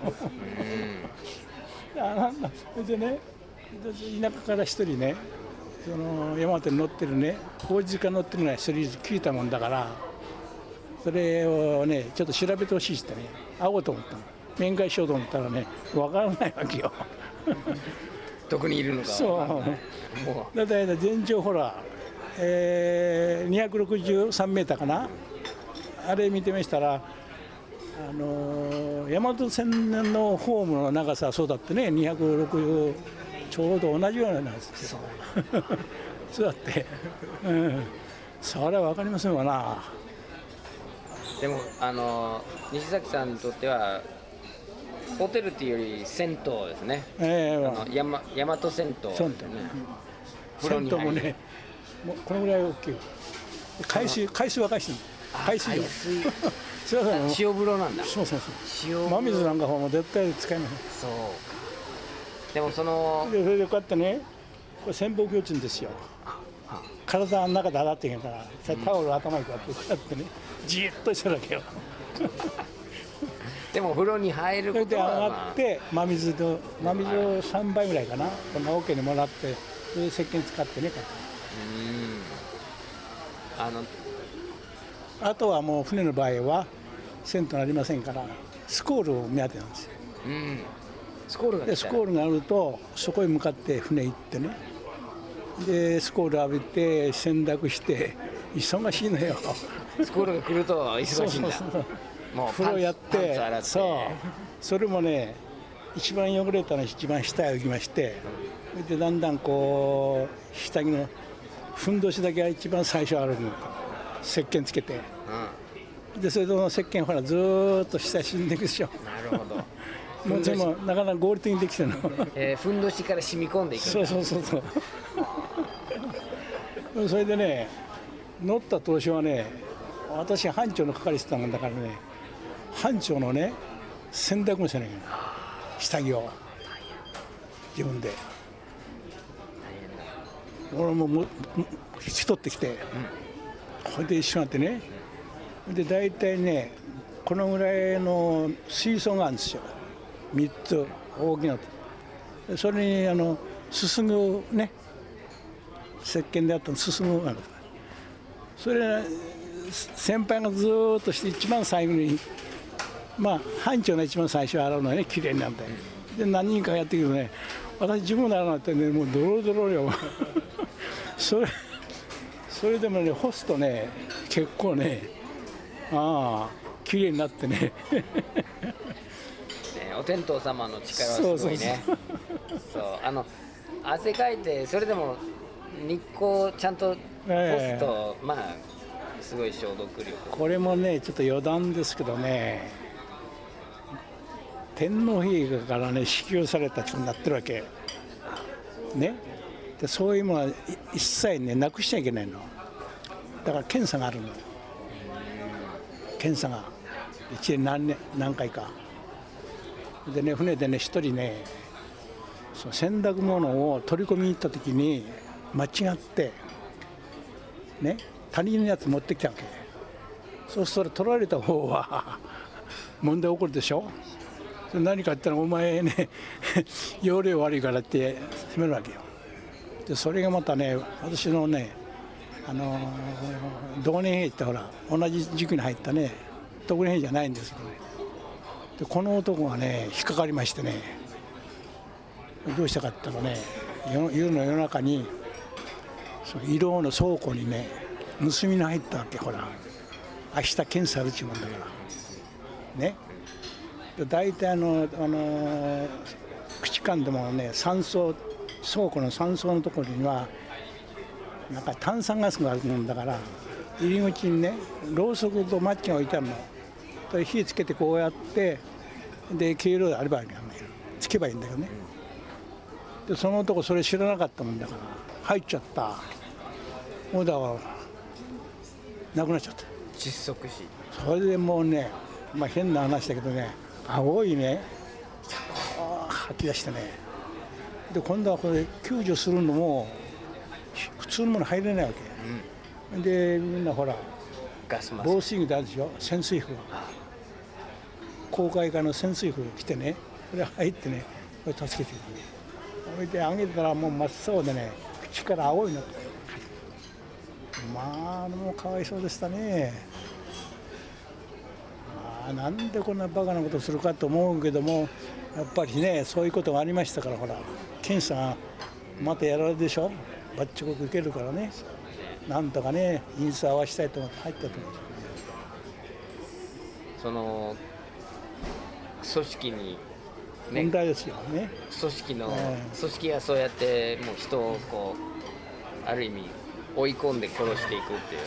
それでね、田舎から一人ね、その山手に乗ってるね、法事か乗ってるのが一人聞いたもんだから、それをねちょっと調べてほしいってね、会おうと思ったの。面会しようと思ったらね、分からないわけよ。 どこにいるのか。 そうだから全長ほら、263メーターかな、あれ見てましたら、大和線のホームの長さはそうだってね、260ちょうど同じようなんですよ。そうだって、それは分かりませんわな。 でも西崎さんにとってはホテルっていうより銭湯ですね。大和銭湯ですね。 銭湯もね、もうこのぐらい大きい。海水沸かしてる。海水。 塩風呂なんだ。 そう。真水なんかも絶対使えない。 そう。でもそれでこうやってね、これ潜望鏡って言うんですよ。体の中で洗っていけんから、タオル頭にこうやってね、じーっとしてるわけよ。 でも風呂に入ることは、 それで上がって真水を3倍ぐらいかな、この桶にもらって、それで石鹸使ってね。あとはもう船の場合は銭湯ありませんから、スコールを目当てなんですよ。 スコールがあるとそこへ向かって船行ってね、 でスコール浴びて洗濯して忙しいのよ。 スコールが来ると忙しいんだ。 そうもう風呂やっパンツて洗って、 それもね一番汚れたのは一番下へ行きまして、それでだんだんこう下着のふんどしだけが一番最初あるの、石鹸つけて、でそれと石鹸ほらずーっと下死んでいくでしょ。 なるほど。 もうでもなかなか合理的にできてるの。 ふんどしから染み込んでいくんだ。 そうそれでね乗った当初はね、私班長の係してたもんだからね、班長のね洗濯もしなきゃいけない、下着を自分で。俺も引き取ってきて、これで一緒になってね、で大体ねこのぐらいの水槽があるんですよ、3つ大きな。それにすすぐね、石鹸であったのすすぐがある。それ先輩がずーっとして一番最後に、まあ班長が一番最初洗うのはね、きれいになって、で何人かやってくるとね、私自分で洗うのってね、もうドロドロよ。それでもね干すとね結構ね、きれいになってね。 お天道様の力はすごいね。汗かいてそれでも日光ちゃんと干すと、まあすごい消毒力。 これもねちょっと余談ですけどね、天皇陛下からね支給された人になってるわけね。でそういうものは一切ねなくしちゃいけないの。だから検査があるの。検査が1年何回かでね、船でね一人ね、その洗濯物を取り込みに行った時に間違ってね他人のやつ持ってきたわけ。そうすると取られた方は問題起こるでしょ。それ何か言ったらお前ね容量悪いからって責めるわけよ。でそれがまたね、私のね同年兵ってほら同じ塾に入ったね特年兵じゃないんですけどね、でこの男がね引っかかりましてね、どうしたかって言ったらね、夜の夜中にその色の倉庫にね盗みに入ったわけ。ほら明日検査あるっちゅうもんだからね。で大体口間でもね倉庫の山荘のところにはなんか炭酸ガスがあるもんだから、入り口にねろうそくとマッチが置いてあるの。それ火つけてこうやってで軽量であればつけばいいんだけどね。でその男それ知らなかったもんだから入っちゃった。もうだからなくなっちゃった。 窒息死。 それでもうね、まあ変な話だけどね、青いね吐き出してね、で今度はこれ救助するのも普通のもの入れないわけ、でみんなほらガスマスク、 防水着であるでしょ、潜水服、航海家の潜水服着てね、それ入ってねこれ助けてくる。それで上げたらもう真っ青でね、口から青いの。まあもうかわいそうでしたね。なんでこんなバカなことするかと思うけども、やっぱりねそういうことがありましたから、ほら検査がまたやられるでしょ、バッチコク受けるからね、なんとかね印数合わせたいと思って入ったと思うんですよ。 その組織に、 問題ですよね。 組織がそうやってもう人をこうある意味追い込んで殺していくっていう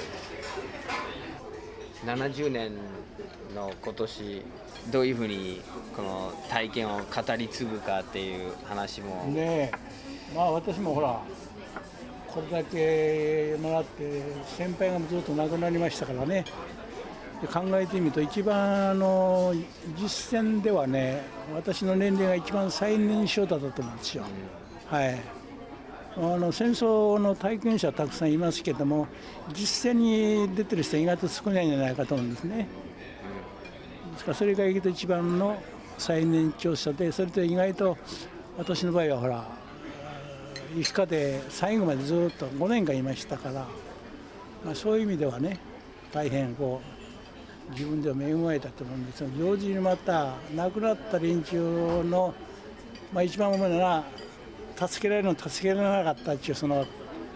。70年の今年どういうふうにこの体験を語り継ぐかっていう話もねえ、まあ私もほらこれだけもらって先輩がずっと亡くなりましたからね。で考えてみると一番実践ではね、私の年齢が一番最年少だったと思うんですよ、はい。戦争の体験者はたくさんいますけども、実践に出てる人は意外と少ないんじゃないかと思うんですね。ですからそれが一番の最年長者で、それと意外と私の場合はほら医師科で最後までずっと5年間いましたから、まあ、そういう意味ではね大変こう自分では恵まれたと思うんですが、同時にまた亡くなった連中の、まあ、一番重いのは助けられるの助けられなかったっていうその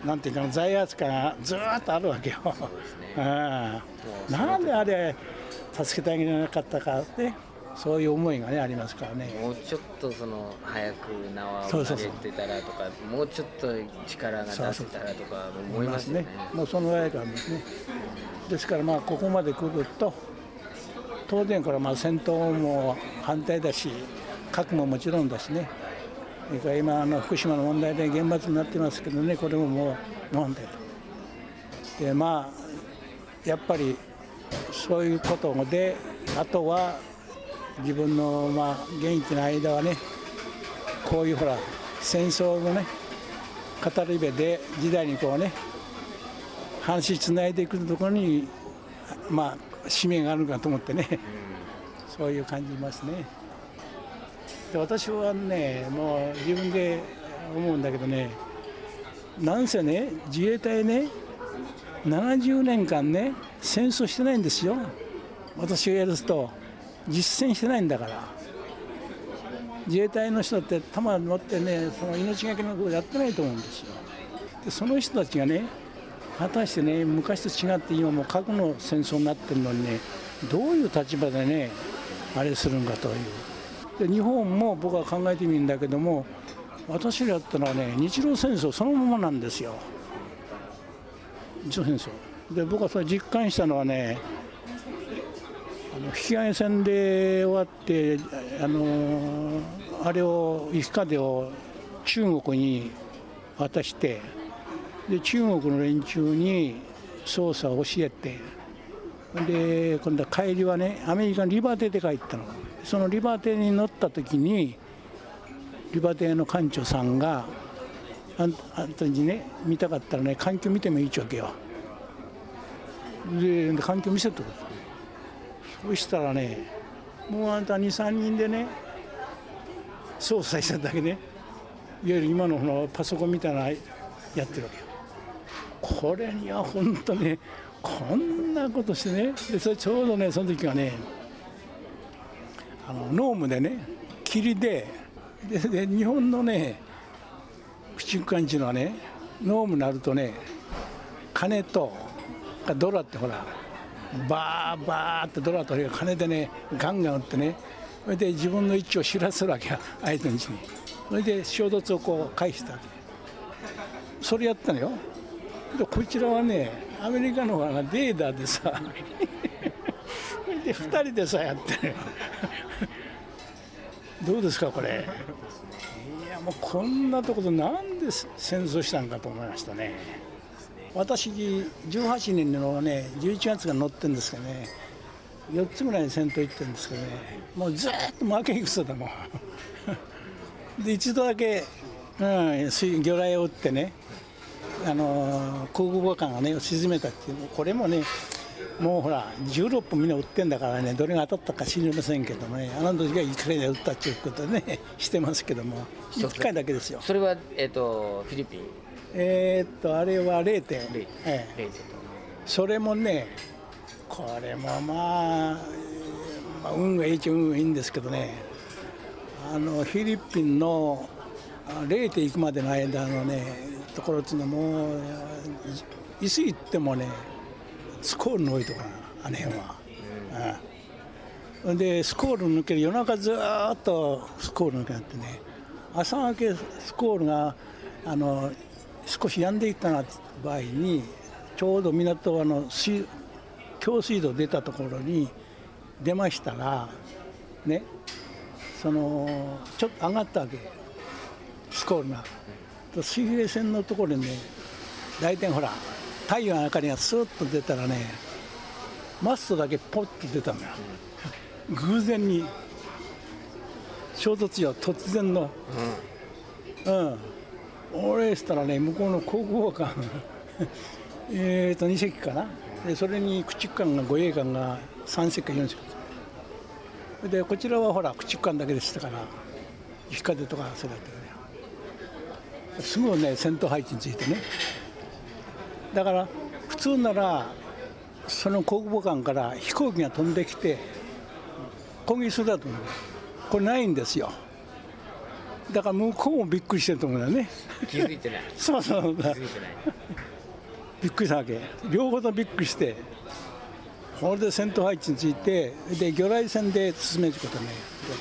なんていうかな、罪悪感がずーっとあるわけよ。 そうですね。 なんであれ助けてあげなかったかって、そういう思いがねありますからね。 もうちょっと早く縄を投げてたらとか、もうちょっと力が出せたらとか思いますよね。 もうそのぐらいからですね。ですからここまで来ると当然これは戦闘も反対だし、核ももちろんだしね。それから今福島の問題で厳罰になってますけどね、これももう問題と。でやっぱりそういうことで、あとは自分の元気な間はね、こういう戦争のね語り部で時代に話つないでいくところに使命があるかと思ってね、そういう感じますね。で私はね、もう自分で思うんだけどね、なんせね、自衛隊ね70年間ね戦争してないんですよ。私がやると実践してないんだから。自衛隊の人って弾持ってね、その命がけのことやってないと思うんですよ。でその人たちがね、果たしてね、昔と違って今もう核の戦争になってるのにね、どういう立場でねあれするんかという。で日本も僕は考えてみるんだけども、私らやったのはね、日露戦争そのままなんですよ。日露戦争で僕はそれ実感したのはね、引き揚げ戦で終わってあれを雪風を中国に渡して、で中国の連中に操作を教えて、で今度は帰りはね、アメリカのリバテで帰ったの。そのリバテに乗った時にリバテの艦長さんがあんたにね、見たかったらね、環境見てもいいっちゅうわけよ。で環境見せてくれた。そうしたらね、もうあんた2、3人でね操作しただけで、いわゆる今のパソコンみたいなのやってるわけよ。これには本当にこんなことしてね、でそれちょうどね、その時はね濃霧でね、霧で日本のね駆逐艦っていうのはね、濃霧になるとね、鐘とドラってバーバーってドラと鐘でねガンガン打ってね、それで自分の位置を知らせるわけや、相手の位置に。それで衝突を返したわけ。それやったのよ。でこちらはね、アメリカの方がレーダーでさで2人でさやってるどうですかこれ。いやもうこんなところでなんで戦争したんかと思いましたね。私18年のね11月が乗ってるんですけどね、4つぐらい戦闘行ってるんですけどね、もうずっと負け戦だもんで一度だけ、魚雷を撃ってね、航空母艦がね沈めたっていう。これもね、もう16本みんな撃ってんだからね、どれが当たったか知りませんけどもね、あの時が1回で撃ったっていうことでねしてますけども、1回だけですよ。 それはフィリピン。 あれは0点、それもね、これも運がいいっちゃ運がいいんですけどね、フィリピンの0点行くまでの間のねところっていうのはもう椅子行ってもねスコールの多いところ、あの辺は。でスコール抜ける、夜中ずっとスコール抜けになってね、朝明けスコールが少し止んでいったな場合に、ちょうど港強水道出たところに出ましたらね、ちょっと上がったわけ、スコールが。水平線のところにね、大体太陽の明かりがスーッと出たらね、マストだけポッと出たのよ。偶然に衝突よ、突然の。俺したらね、向こうの航空母艦2隻かな、でそれに駆逐艦が護衛艦が3隻か4隻で、こちらは駆逐艦だけでしたから、雪風とかそれだったね、すぐね戦闘配置についてね。だから普通ならその航空母艦から飛行機が飛んできて攻撃するだと思う。これないんですよ。だから向こうもびっくりしてると思うんだよね。 気づいてない。 そうそう。 気づいてない。 びっくりしたわけ。両方ともびっくりして、これで戦闘配置について、で魚雷戦で進めることね。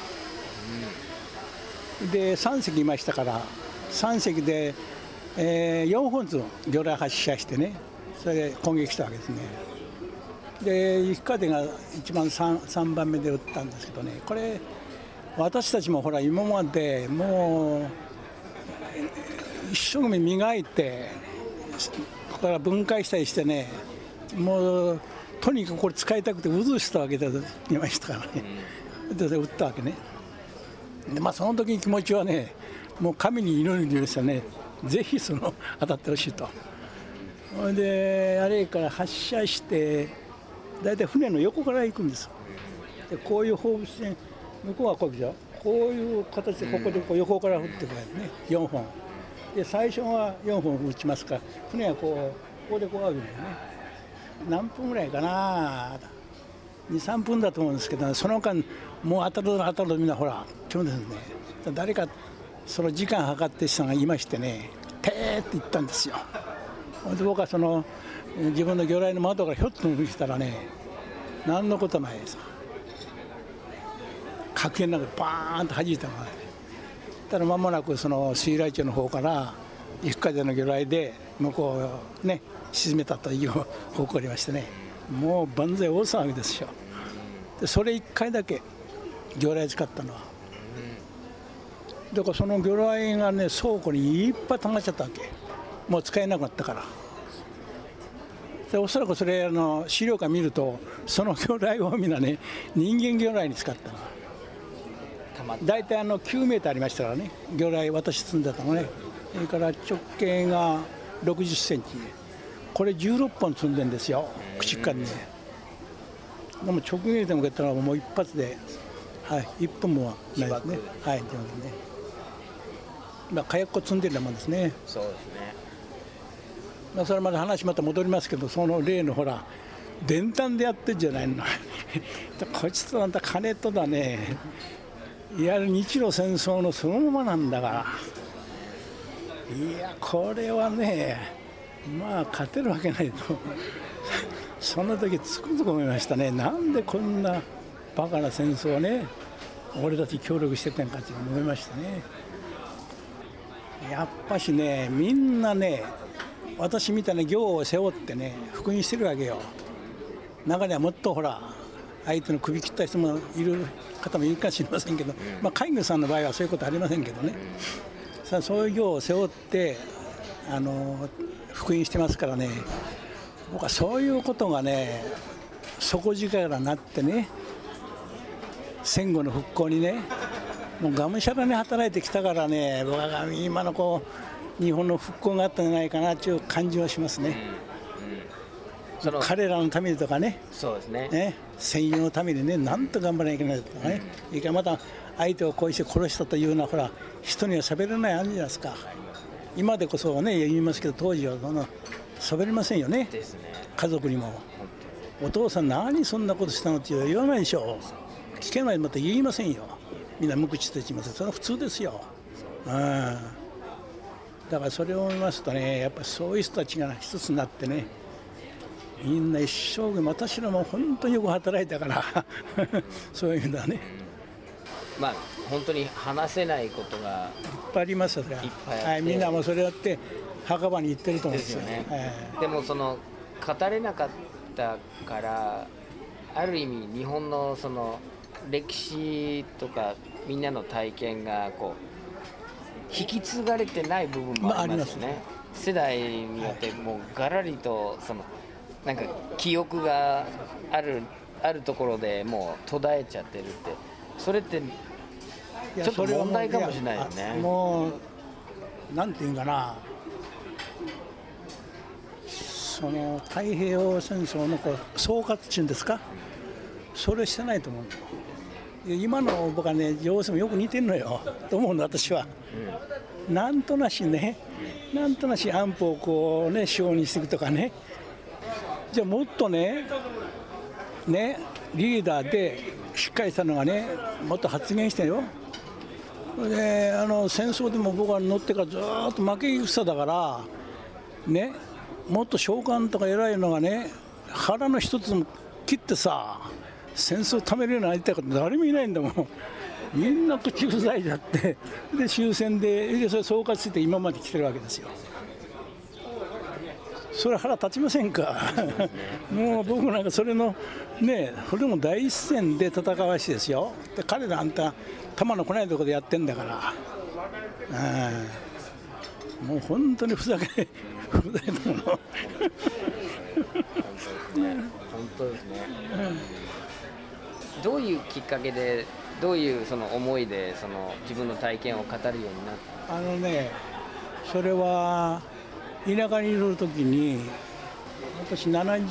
で3隻いましたから、3隻で、4本ずつ魚雷発射してね、それで攻撃したわけですね。で雪風が一番 3番目で撃ったんですけどね、これ私たちもほら今までもう一生懸命磨いて、ここから分解したりしてね、もうとにかくこれ使いたくて渦したわけでいましたからね。で撃ったわけね。でその時に気持ちはね、もう神に祈るんですよね。ぜひ当たってほしいと。であれから発射して大体船の横から行くんです。でこういう放物線、向こうはこうでしょ、こういう形でここでこう横から撃ってくるね、4本で最初は4本撃ちますから、船はここでこう上げるんだよね。何分ぐらいかな、2、3分だと思うんですけど、その間もう当たるみんなほら今日ですね、誰かその時間計ってる人がいましてね、てーって言ったんですよ。で僕は自分の魚雷の窓からひょっと見てたらね、何のことないです。核煙の中でバーンと弾いたのが、ただ間もなく水雷町の方から雪風の魚雷で向こうをね沈めたという報告がありましてね、もう万歳大騒ぎですよ。でそれ1回だけ魚雷使ったのは、だからその魚雷がね倉庫にいっぱい溜まっちゃったわけ。もう使えなくなったから。でおそらくそれ資料館見ると、その魚雷をみんなね人間魚雷に使ったの。大体9メーターありましたからね、魚雷私積んでたのね。それから直径が60センチ、これ16本積んでるんですよ、駆逐艦にね。でも直撃でも受けたらもう一発で、はい、1分もないですね。はい、ね。火薬庫積んでるようなもんですね。 そうですね。 それまで話また戻りますけど、その例のほら電炭でやってるじゃないのこいつとあんた金とだね、いわゆる日露戦争のそのままなんだから、いやこれはね勝てるわけないとその時つくづく思いましたね。なんでこんなバカな戦争をね俺たち協力してたんかって思いましたね。やっぱしね、みんなね私みたいな業を背負ってね復員してるわけよ。中にはもっとほら相手の首切った人もいる方もいるかもしれませんけど、海軍さんの場合はそういうことありませんけどね、そういう業を背負って復員してますからね。僕はそういうことがね底力になってね、戦後の復興にねもうがむしゃらに働いてきたからね、僕は今の日本の復興があったんじゃないかなという感じはしますね。彼らのためにとかね、 そうですね、 戦友のためにね、なんと頑張らなきゃいけないとかね、それからまた相手をこうして殺したというようなほら人には喋れないあるじゃないですか。今でこそはね言いますけど、当時は喋れませんよね。 ですね。 家族にもお父さん何そんなことしたのって言わないでしょ。聞けないまた言いませんよ。みんな無口と言います。それは普通ですよ。だからそれを見ますとね、やっぱりそういう人たちが一つになってね、みんな一生懸命、私らも本当によく働いたからそういう意味ではね、 本当に話せないことがいっぱいありますよ。それはいっぱいあって、 みんなもそれやって墓場に行ってると思うんですよね。でも語れなかったから、ある意味日本の歴史とかみんなの体験が引き継がれてない部分もありますよね。世代によってもうガラリとなんか記憶があるところでもう途絶えちゃってるって、それってちょっと問題かもしれないよね。 もうなんていうかな、太平洋戦争の総括っていうんですか、それしてないと思う。今の僕はね情勢もよく似てるのよと思うの私は。なんとなし安保を承認していくとかね、じゃあもっとねリーダーでしっかりしたのがねもっと発言してよ。で戦争でも僕は乗ってからずっと負け戦だからね、 もっと将官とか偉いのがね、腹の一つも切ってさ、戦争を止めるようになりたいこと誰もいないんだもん。みんな口ふさいじゃって、で終戦でそれ総括して今まで来てるわけですよ。それ腹立ちませんかもう僕なんかそれのね、それも第一線で戦わしてですよ。で彼らあんた弾の来ないところでやってんだから、もう本当にふざけたもの本当ですね。どういうきっかけで、どういうその思いでその自分の体験を語るようになった？ それは田舎にいる時に、私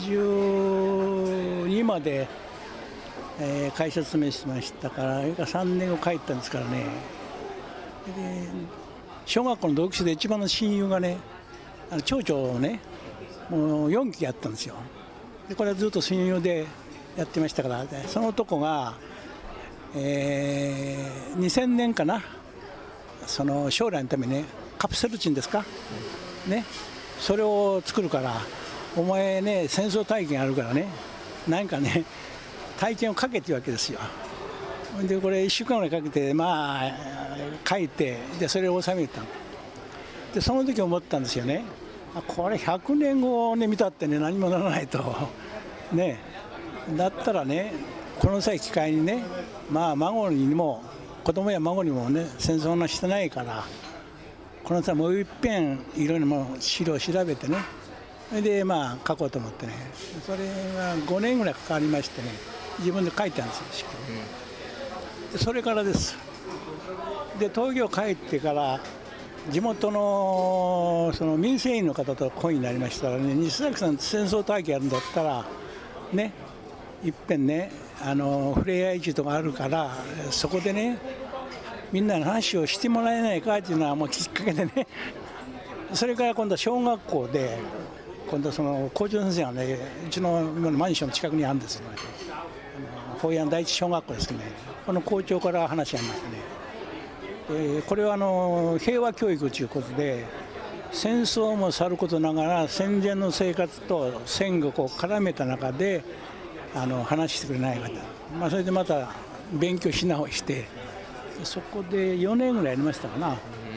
72まで、会社勤めしてましたから、3年後帰ったんですからね。で小学校の同級生で一番の親友がね、町長をね、もう4期やったんですよ。でこれはずっと親友でやってましたから、その男が、2000年かな、その将来のためにね、カプセルチンですか、ね、それを作るから、お前ね、戦争体験あるからね、なんかね、体験をかけていうわけですよ。でこれ1週間ぐらいかけて、まあ、書いて、でそれを収めたの。でその時思ったんですよね、これ100年後ね見たってね、何もならないとね、だったらね、この際機会にね、まあ孫にも子供や孫にもね、戦争の話してないから、この際もう一遍いろいろな資料を調べてね、それでまあ書こうと思ってね、それが5年ぐらいかかりましてね、自分で書いたんですよ、でそれからです。で東京帰ってから地元のその民生委員の方と懇意になりましたらね、西崎さん戦争体験やるんだったらね、いっぺんね、ふれあい市とかあるから、そこでね、みんなの話をしてもらえないかっていうのはもうきっかけでね、それから今度は小学校で、今度はその校長先生がね、うちの今のマンションの近くにあるんですよね、保谷第一小学校ですけどね、この校長から話し合いましたね。これは平和教育ということで、戦争もさることながら戦前の生活と戦後を絡めた中で話してくれないかと、まあ、それでまた勉強し直して、そこで4年ぐらいやりましたかな。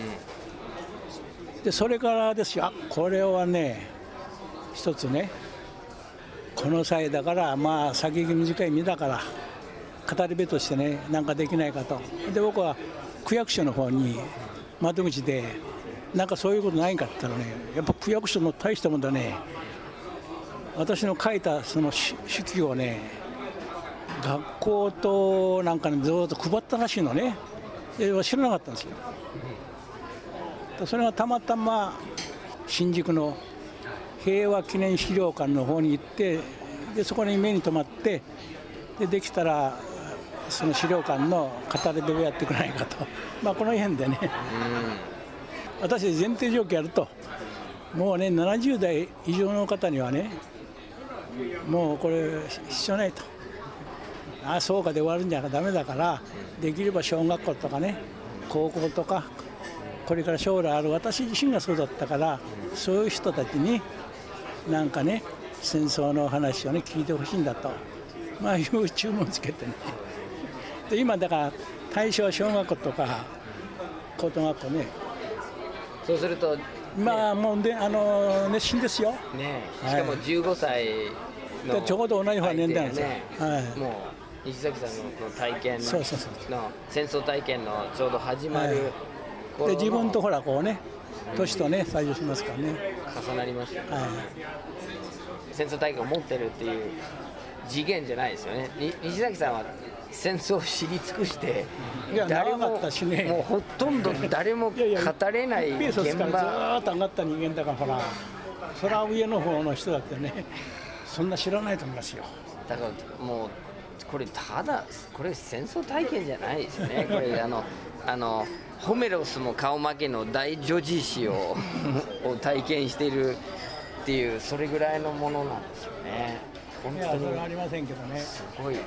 でそれからですよ、これはね、一つね、この際だから、まあ先行き短い身だから語り部としてね、なんかできないかと。で僕は区役所の方に窓口で、なんかそういうことないかって言ったらね、やっぱ区役所の大したもんだね、私の書いたその手記をね、学校となんかにずっと配ったらしいのね。で知らなかったんですよ。それがたまたま新宿の平和記念資料館の方に行って、でそこに目に留まって、できたらその資料館の語り部をやってくれないかと、まあこの辺でね、私前提条件やると、もうね70代以上の方にはね、もうこれ必要ないと、ああそうかで終わるんじゃダメだから、できれば小学校とかね、高校とか、これから将来ある、私自身がそうだったから、そういう人たちになんかね、戦争の話をね聞いてほしいんだと、まあいう注文つけてね。で今だから対象は小学校とか高等学校ね。 そうすると、ね、 まあもうで熱心ですよ。 ね、しかも15歳の、 ちょうど同じ年代なんですよ。はい、 もう西崎さんのこの体験の、 そう戦争体験のちょうど始まる頃の、 で自分とほらこうね、年とね採用しますからね。 重なりましたね。戦争体験を持ってるっていう次元じゃないですよね。西崎さんは戦争を知り尽くして、誰も、もうほとんど誰も語れない現場、 ずっと上がった人間だから、ほら、それは上の方の人だってね、そんな知らないと思いますよ。 だからもうこれこれ戦争体験じゃないですよね。これホメロスも顔負けの大女子史を体験しているっていう、それぐらいのものなんですよね。 本当にそれはありませんけどね。 すごい。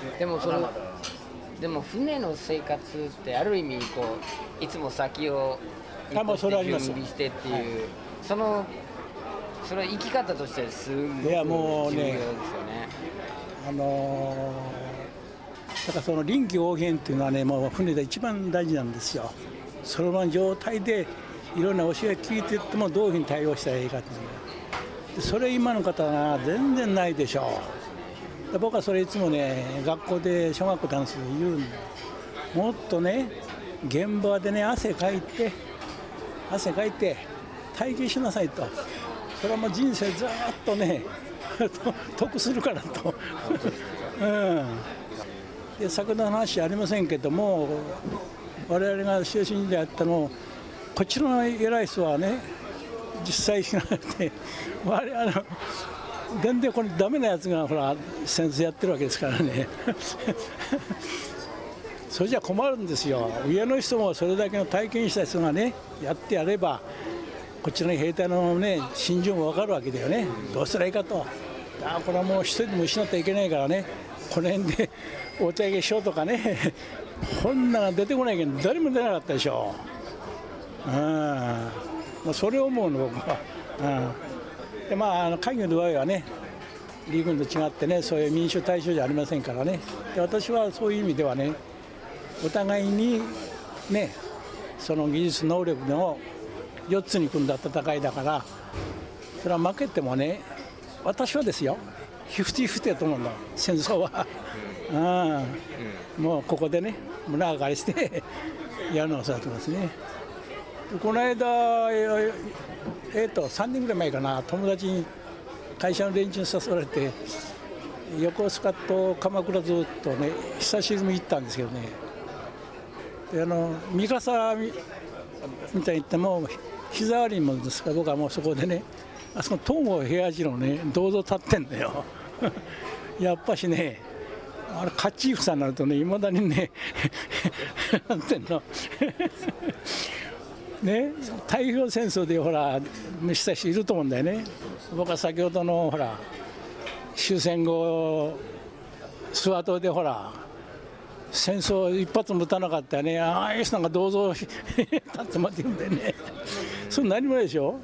でも船の生活ってある意味こういつも先を準備してっていう、そのそれは生き方としてすごくいやもうね重要ですよね。 だからその臨機応変っていうのはね、もう船で一番大事なんですよ。そのまま状態でいろんな教え聞いていってもどういうふうに対応したらいいかっていうのそれ今の方は全然ないでしょう。で僕はそれいつもね、学校で小学校で話す言うんだ。もっとね、現場でね汗かいて体験しなさいと。それはもう人生ずっとね得するからとで先ほどの話ありませんけども、我々が終身時代やったのをこっちの偉い人はね実際しなくて全然これダメなやつがほら戦争やってるわけですからねそれじゃ困るんですよ。上の人もそれだけの体験した人がねやってやればこっちの兵隊のね心情も分かるわけだよね。どうしたらいいかと。これはもう一人でも失ってはいけないからね、この辺でお手上げしようとかねこんなの出てこないけど誰も出なかったでしょ。もうそれを思うの僕は。で海軍の場合はね陸軍と違ってねそういう民主対象じゃありませんからね。で私はそういう意味ではねお互いにねその技術能力の4つに組んだ戦いだから、それは負けてもね私はですよ50-50だと思うの戦争は。もうここでね胸上がりしてやるのをされてますね。この間3年ぐらい前かな、友達に会社の連中に誘われて横須賀と鎌倉ずっとね久しぶりに行ったんですけどね、で三笠みたいに言っても膝割りもですから、僕はもうそこでねあそこ東郷平八郎のね銅像立ってんだよやっぱしねカチーフさんになるとねいまだにねなんていうのね、太平洋戦争でほら虫たちいると思うんだよね。僕は先ほどのほら終戦後諏訪島でほら戦争一発も撃たなかったよね、ああいう人が銅像立ってまって言うんでねそれ何もないでしょ、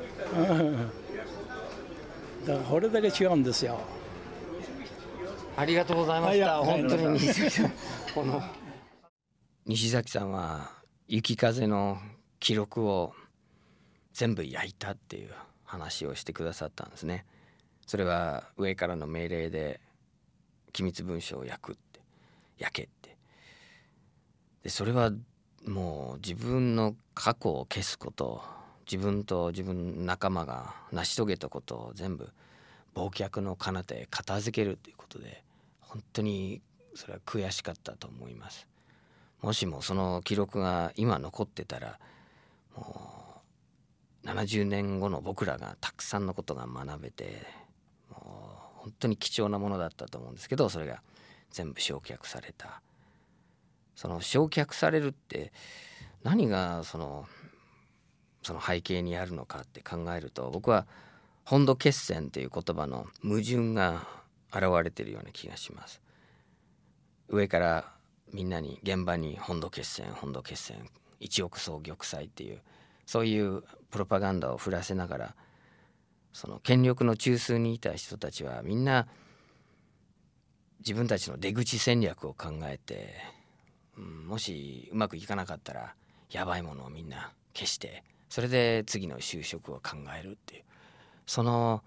だからこれだけ違うんですよ。 ありがとうございました。本当に西崎さん西崎さんは雪風の記録を全部焼いたっていう話をしてくださったんですね。それは上からの命令で機密文書を焼けって。でそれはもう自分の過去を消すこと、自分と自分の仲間が成し遂げたことを全部忘却の彼方へ片付けるということで、本当にそれは悔しかったと思います。もしもその記録が今残ってたら、もう70年後の僕らがたくさんのことが学べて、もう本当に貴重なものだったと思うんですけど、それが全部焼却された。その焼却されるって何がその背景にあるのかって考えると、僕は本土決戦という言葉の矛盾が現れているような気がします。上からみんなに現場に本土決戦一億総玉砕っていうそういうプロパガンダを振らせながら、その権力の中枢にいた人たちはみんな自分たちの出口戦略を考えて、もしうまくいかなかったらやばいものをみんな消して、それで次の就職を考えるっていう、その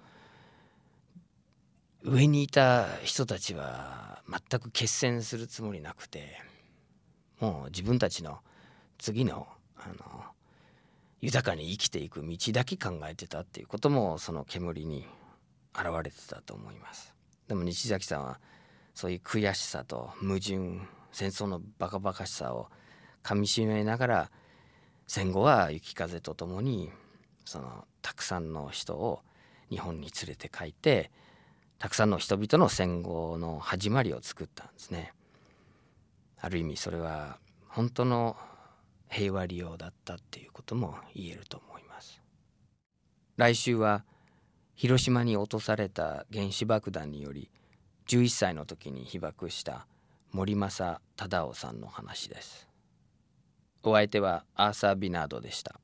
上にいた人たちは全く決戦するつもりなくて、もう自分たちの次の豊かに生きていく道だけ考えてたっていうこともその煙に現れてたと思います。でも西崎さんはそういう悔しさと矛盾、戦争のバカバカしさをかみしめながら、戦後は雪風とともにそのたくさんの人を日本に連れて帰って、たくさんの人々の戦後の始まりを作ったんですね。ある意味それは本当の平和利用だったっていうことも言えると思います。来週は広島に落とされた原子爆弾により11歳の時に被爆した森正忠夫さんの話です。お相手はアーサー・ビナードでした。